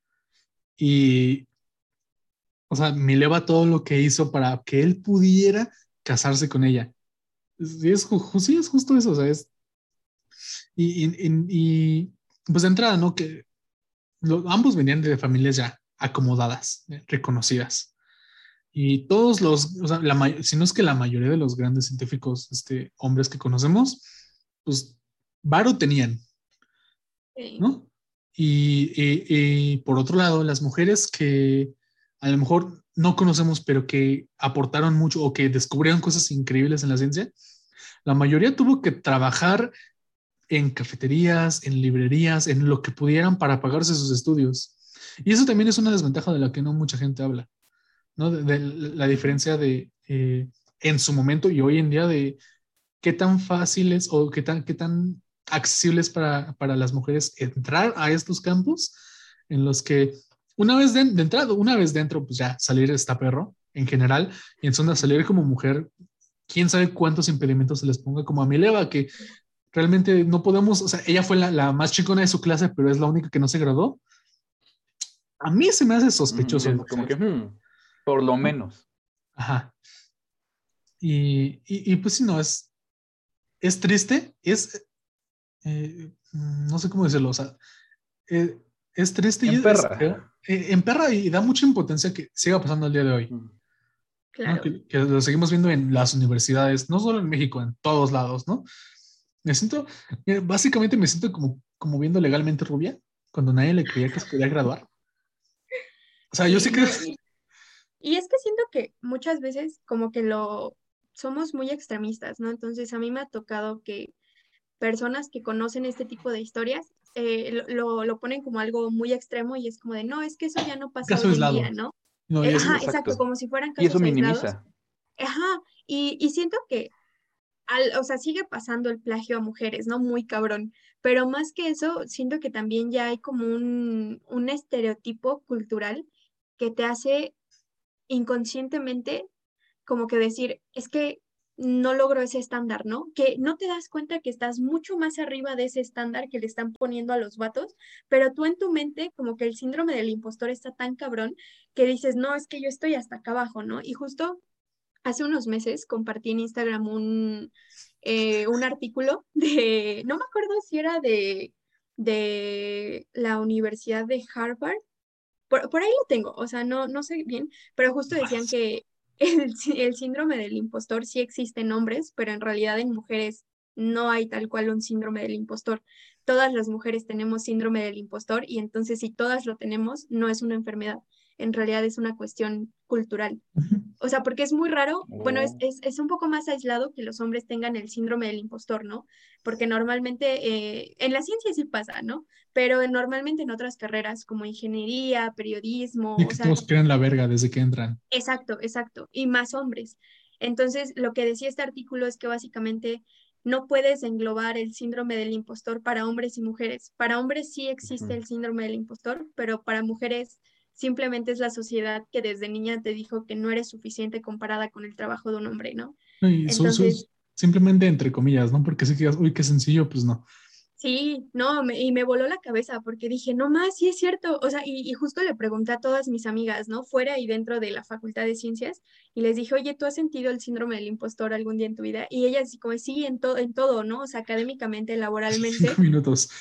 Y, o sea, Mileva todo lo que hizo para que él pudiera casarse con ella. Sí, es, ju- sí, es justo eso, o sea, es, Y, y, y, y, pues de entrada, ¿no? Que lo, ambos venían de familias ya acomodadas, eh, reconocidas. Y todos los, o sea, la, si no es que la mayoría de los grandes científicos, este, hombres que conocemos, pues varo tenían, Sí. ¿no? Y, y, y por otro lado, las mujeres que a lo mejor no conocemos, pero que aportaron mucho o que descubrieron cosas increíbles en la ciencia, la mayoría tuvo que trabajar en cafeterías, en librerías, en lo que pudieran para pagarse sus estudios. Y eso también es una desventaja de la que no mucha gente habla, ¿no? De, de la diferencia de eh, en su momento y hoy en día de qué tan fácil es o qué tan, qué tan accesible es para, para las mujeres entrar a estos campos en los que una vez de, de entrada, una vez dentro, pues ya salir está perro en general, y en zona salir como mujer, quién sabe cuántos impedimentos se les ponga, como a Mileva, que realmente no podemos, o sea, ella fue la, la más chingona de su clase, pero es la única que no se graduó. A mí se me hace sospechoso. Mm, como que, hmm, por lo menos. Ajá. Y, y, y pues si no, es, es triste, es, eh, no sé cómo decirlo, o sea, eh, es triste y En es perra. feo. Eh, en perra y da mucha impotencia que siga pasando el día de hoy. Mm. Claro. ¿No? Que, que lo seguimos viendo en las universidades, no solo en México, en todos lados, ¿no? Me siento, mira, básicamente me siento como, como viendo Legalmente Rubia, cuando nadie le creía que se podía graduar. O sea, yo Sí, sé que... no, y, y es que siento que muchas veces como que lo somos muy extremistas, ¿no? Entonces a mí me ha tocado que personas que conocen este tipo de historias eh, lo, lo, lo ponen como algo muy extremo y es como de, no, es que eso ya no pasa Caso hoy en día, aislado. ¿no? No, y Eh, eso, ajá, exacto, Exacto. como si fueran Y eso casos aislados. minimiza. Ajá, y, y siento que, al, o sea, sigue pasando el plagio a mujeres, ¿no? Muy cabrón. Pero más que eso, siento que también ya hay como un, un estereotipo cultural que te hace inconscientemente como que decir, es que no logro ese estándar, ¿no? Que no te das cuenta que estás mucho más arriba de ese estándar que le están poniendo a los vatos, pero tú en tu mente como que el síndrome del impostor está tan cabrón que dices, no, es que yo estoy hasta acá abajo, ¿no? Y justo hace unos meses compartí en Instagram un, eh, un artículo de, no me acuerdo si era de, de la Universidad de Harvard, por, por ahí lo tengo, o sea, no, no sé bien, pero justo decían que el, sí- el síndrome del impostor sí existe en hombres, pero en realidad en mujeres no hay tal cual un síndrome del impostor. Todas las mujeres tenemos síndrome del impostor y entonces si todas lo tenemos, no es una enfermedad, en realidad es una cuestión cultural. O sea, porque es muy raro, bueno, es, Oh. es, es un poco más aislado que los hombres tengan el síndrome del impostor, ¿no? Porque normalmente eh, en la ciencia sí pasa, ¿no? Pero normalmente en otras carreras como ingeniería, periodismo, y o que sea, todos crean la verga desde que entran. exacto, exacto, y más hombres. Entonces, lo que decía este artículo es que básicamente no puedes englobar el síndrome del impostor para hombres y mujeres. Para hombres sí existe Ujú. el síndrome del impostor, pero para mujeres simplemente es la sociedad que desde niña te dijo que no eres suficiente comparada con el trabajo de un hombre, ¿no? No, y son, son Entonces, simplemente entre comillas, ¿no? Porque si que, uy, qué sencillo, pues no. sí, no, me- y me voló la cabeza porque dije, no más, sí es cierto. O sea, y, y justo le pregunté a todas mis amigas, ¿no? Fuera y dentro de la Facultad de Ciencias, y les dije, oye, ¿tú has sentido el síndrome del impostor algún día en tu vida? Y ellas, así como, sí, en, to- en todo, ¿no? O sea, académicamente, laboralmente. Cinco minutos.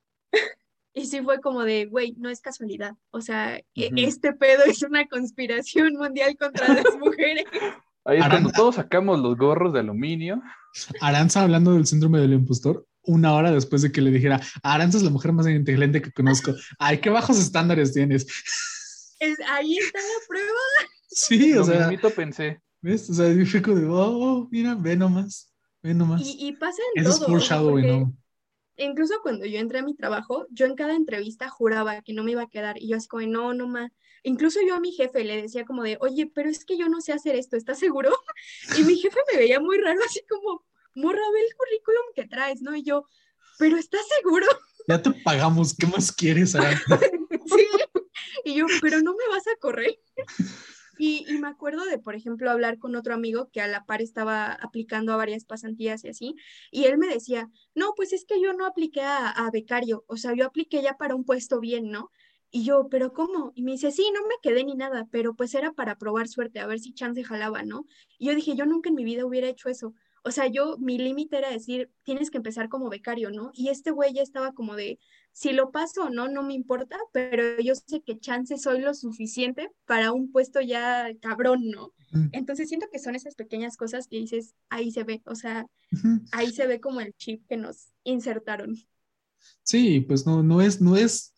Y sí fue como de, güey, no es casualidad. O sea, e- Ujú. este pedo es una conspiración mundial contra las mujeres. Ahí es Aran- cuando todos sacamos los gorros de aluminio. Aranza hablando del síndrome del impostor una hora después de que le dijera, Aranza es la mujer más inteligente que conozco. Ay, qué bajos estándares tienes. Es, ahí está la prueba. Sí, o Lo sea, mismito pensé. ¿ves? O sea, y fue como de, oh, mira, ve nomás, ve Y, nomás. y pasa en Ese es todo, o sea, foreshadowing, porque ¿no? incluso cuando yo entré a mi trabajo, yo en cada entrevista juraba que no me iba a quedar y yo así como, no, no más. Incluso yo a mi jefe le decía como de, oye, pero es que yo no sé hacer esto, ¿estás seguro? Y mi jefe me veía muy raro, así como, morra, ve el currículum que traes, ¿no? Y yo, pero ¿estás seguro? Ya te pagamos, ¿qué más quieres, Aranza? Sí. Y yo, pero no me vas a correr. Y, y me acuerdo de, por ejemplo, hablar con otro amigo que a la par estaba aplicando a varias pasantías y así, y él me decía, no, pues es que yo no apliqué a, a becario, o sea, yo apliqué ya para un puesto bien, ¿no? Y yo, ¿pero cómo? Y me dice, sí, no me quedé ni nada, pero pues era para probar suerte, a ver si chance jalaba, ¿no? Y yo dije, yo nunca en mi vida hubiera hecho eso. O sea, yo, mi límite era decir, tienes que empezar como becario, ¿no? Y este güey ya estaba como de, si lo paso o no, no me importa, pero yo sé que chance soy lo suficiente para un puesto ya cabrón, ¿no? Ujú, Entonces siento que son esas pequeñas cosas que dices, ahí se ve, o sea, ujú. ahí se ve como el chip que nos insertaron. Sí, pues no, no es, no es,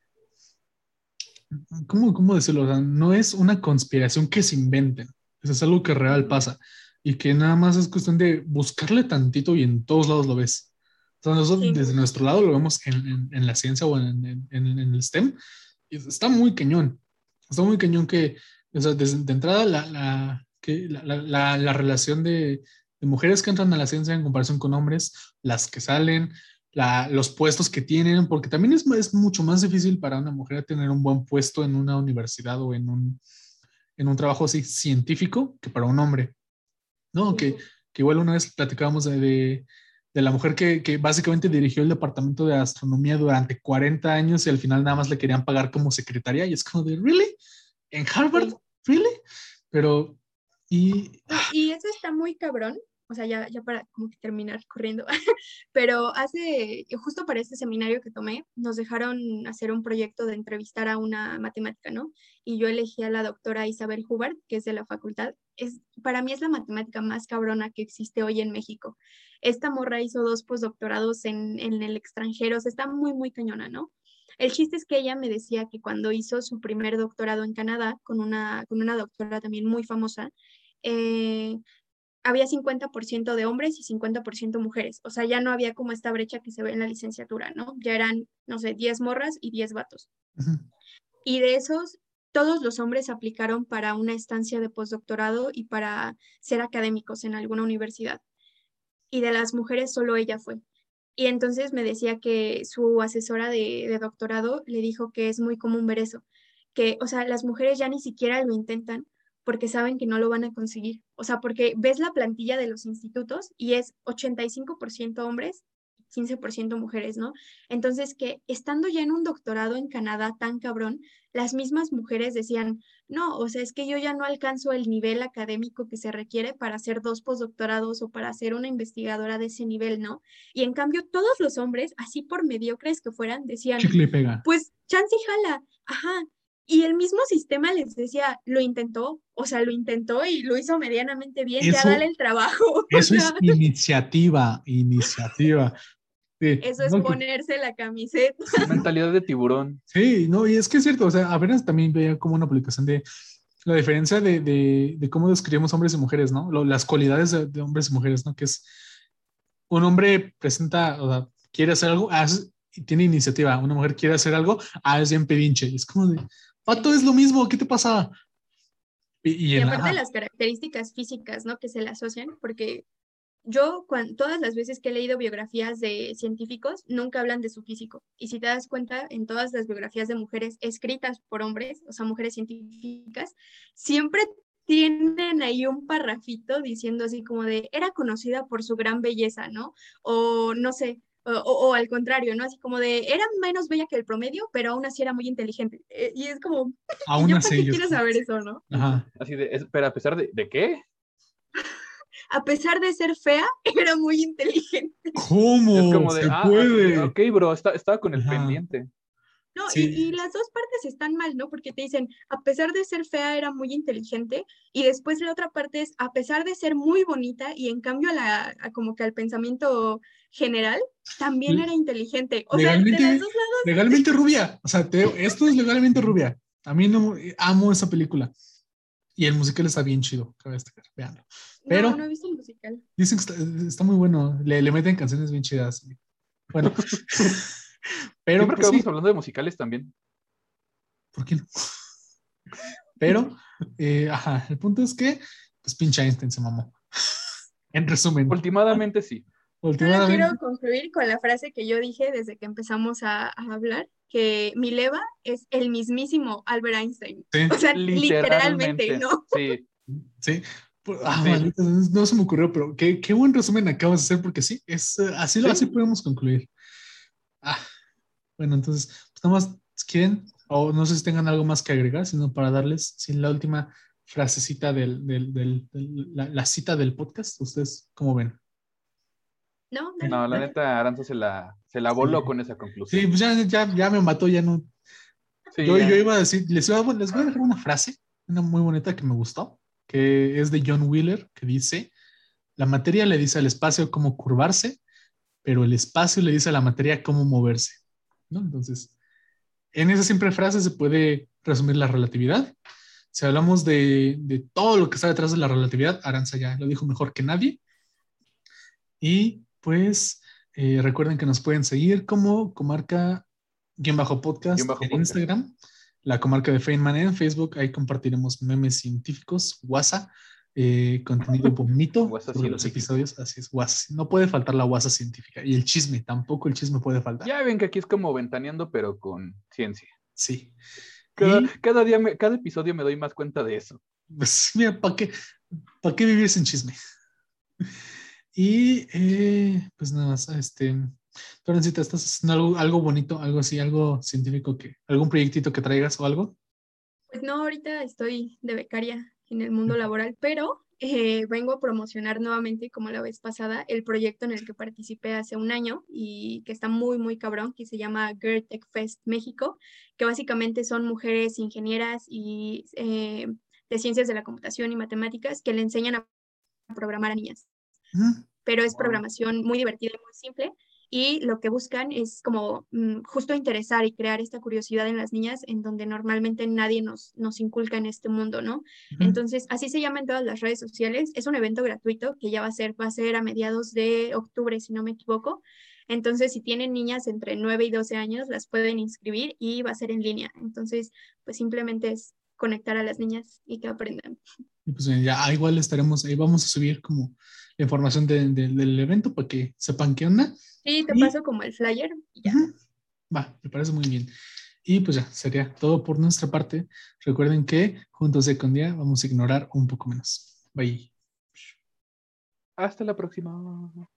¿cómo, cómo decirlo? O sea, no es una conspiración que se inventen. Eso es algo que real Ujú. pasa y que nada más es cuestión de buscarle tantito y en todos lados lo ves. Entonces, nosotros Sí, desde nuestro lado lo vemos en, en- en la ciencia o en, en- en- en el STEM y está muy cañón. Está muy cañón que, o sea, desde de entrada, la, la, que la, la- la- la relación de, de mujeres que entran a la ciencia en comparación con hombres, las que salen, la- los puestos que tienen, porque también es, es mucho más difícil para una mujer tener un buen puesto en una universidad o en un, en un trabajo así científico que para un hombre, ¿no? sí. Que, que igual una vez platicábamos de, de, de la mujer que, que básicamente dirigió el departamento de astronomía durante cuarenta años y al final nada más le querían pagar como secretaria y es como de, ¿really? ¿En Harvard? Sí. ¿Really? Pero, y, No, y eso está muy cabrón, o sea, ya, ya para como que terminar corriendo, pero hace, justo para este seminario que tomé, nos dejaron hacer un proyecto de entrevistar a una matemática, ¿no? Y yo elegí a la doctora Isabel Hubbard, que es de la facultad. Es, para mí es la matemática más cabrona que existe hoy en México. Esta morra hizo dos postdoctorados en, en el extranjero, o sea, está muy, muy cañona, ¿no? El chiste es que ella me decía que cuando hizo su primer doctorado en Canadá, con una, con una doctora también muy famosa, eh, había cincuenta por ciento de hombres y cincuenta por ciento mujeres. O sea, ya no había como esta brecha que se ve en la licenciatura, ¿no? Ya eran, no sé, diez morras y diez vatos. ujú, Y de esos, todos los hombres aplicaron para una estancia de postdoctorado y para ser académicos en alguna universidad. Y de las mujeres, solo ella fue. Y entonces me decía que su asesora de, de doctorado le dijo que es muy común ver eso, que, o sea, las mujeres ya ni siquiera lo intentan porque saben que no lo van a conseguir. O sea, porque ves la plantilla de los institutos y es ochenta y cinco por ciento hombres, quince por ciento mujeres, ¿no? Entonces, que estando ya en un doctorado en Canadá tan cabrón, las mismas mujeres decían, no, o sea, es que yo ya no alcanzo el nivel académico que se requiere para hacer dos postdoctorados o para ser una investigadora de ese nivel, ¿no? Y en cambio, todos los hombres, así por mediocres que fueran, decían, chicle y pega. pues chance y jala, ajá. Y el mismo sistema les decía, lo intentó, o sea, lo intentó y lo hizo medianamente bien, ya dale Eso, el trabajo, o eso es sea, iniciativa, iniciativa. Sí, eso es no, que- ponerse la camiseta. Mentalidad de tiburón. sí, no, y es que es cierto, o sea, apenas también veía como una publicación de la diferencia de, de, de cómo describimos hombres y mujeres, ¿no? Lo- las cualidades de, de hombres y mujeres, ¿no? Que es un hombre presenta, o sea, quiere hacer algo, haz- y tiene iniciativa. Una mujer quiere hacer algo, ah, es bien pedinche. Y es como de, pato, es lo mismo, ¿qué te pasa? Y, y Y en la, aparte ajá, las características físicas, ¿no? Que se le asocian, porque yo, cuan- todas las veces que he leído biografías de científicos, nunca hablan de su físico. Y si te das cuenta, en todas las biografías de mujeres escritas por hombres, o sea, mujeres científicas, siempre tienen ahí un parrafito diciendo así como de, era conocida por su gran belleza, ¿no? O no sé, o, o- o al contrario, ¿no? Así como de, era menos bella que el promedio, pero aún así era muy inteligente. Eh, y es como, ¿y aún yo para así, qué yo es quiero como, saber eso, no? ajá, Así de, es- pero a pesar de, ¿de qué? A pesar de ser fea, era muy inteligente. Es ¿cómo como de, se ah, ah, de- puede? ok, bro, está- estaba con el Ajá, pendiente. No, y, y sí, las dos partes están mal, ¿no? Porque te dicen, a pesar de ser fea, era muy inteligente, y después la otra parte es, a pesar de ser muy bonita, y en cambio a la, a como que al pensamiento general, también era inteligente. O sea, de las legalmente, dos lados, legalmente rubia. O sea, te- esto es legalmente rubia. A mí no, amo esa película. Y el musical está bien chido, cabe destacar, veanlo. no, no Pero he visto el musical. dicen que está, está muy bueno, le, le meten canciones bien chidas. Bueno, pero Siempre que pues sí, vamos hablando de musicales también. ¿por qué no? Pero, eh, ajá, el punto es que, pues pinche Einstein se mamó. En resumen, Últimamente sí. Solo quiero últimamente, concluir con la frase que yo dije desde que empezamos a, a hablar, que mi leva es el mismísimo Albert Einstein. O sí, sea, literalmente, Literalmente. ¿no? Sí, sí. Pues, ah, sí, maldita, no se me ocurrió, pero qué, qué buen resumen acabas de hacer, porque sí, es, eh, así, lo, así sí. podemos concluir. Ah, bueno, entonces, pues nada más, si quieren, o no sé si tengan algo más que agregar, sino para darles, sin la última frasecita del, del, del, del- la, la cita del podcast. ¿Ustedes cómo ven? No, dale. No, la ¿Dale? neta, Aranza se la, se la voló con esa conclusión. Sí, pues ya, ya, ya me mató, ya no. Sí, Yo, yo ya. iba a decir, les, iba a- les voy a dejar una frase, una muy bonita que me gustó, que es de John Wheeler, que dice, la materia le dice al espacio cómo curvarse, pero el espacio le dice a la materia cómo moverse, ¿no? Entonces, en esa simple frase se puede resumir la relatividad. Si hablamos de, de todo lo que está detrás de la relatividad, Aranza ya lo dijo mejor que nadie. Y pues eh, recuerden que nos pueden seguir como Guión comarca-podcast bajo en podcast. Instagram, la comarca de Feynman en Facebook. Ahí compartiremos memes científicos, guasa, eh, contenido bonito Guasa sobre los científico. episodios. Así es, guasa. No puede faltar la guasa científica. Y el chisme, tampoco el chisme puede faltar. Ya ven que aquí es como ventaneando, pero con ciencia. Sí. Cada, Y cada día, me- cada episodio me doy más cuenta de eso. pues mira, ¿para qué, ¿para qué vivir sin chisme? Y eh, pues nada más, este, Florencita, ¿estás haciendo algo, algo bonito, algo así, algo científico, que, algún proyectito que traigas o algo? Pues no, ahorita estoy de becaria en el mundo laboral, pero eh, vengo a promocionar nuevamente, como la vez pasada, el proyecto en el que participé hace un año y que está muy, muy cabrón, que se llama Girl Tech Fest México, que básicamente son mujeres ingenieras y eh, de ciencias de la computación y matemáticas que le enseñan a programar a niñas, Ujú. pero es Wow. programación muy divertida y muy simple. Y lo que buscan es como mm, justo interesar y crear esta curiosidad en las niñas en donde normalmente nadie nos, nos inculca en este mundo, ¿no? Ujú. Entonces, así se llama en todas las redes sociales. Es un evento gratuito que ya va a ser, va a ser a mediados de octubre, si no me equivoco. Entonces, si tienen niñas entre nueve y doce años, las pueden inscribir y va a ser en línea. Entonces, pues simplemente es conectar a las niñas y que aprendan. Y pues eh, ya ah, igual estaremos, ahí vamos a subir como la información de- de- del evento para que sepan qué onda. Sí, te Y paso como el flyer y ya. ujú, va, me parece muy bien. Y pues ya, sería todo por nuestra parte. Recuerden que juntos de con día vamos a ignorar un poco menos. Bye. Hasta la próxima.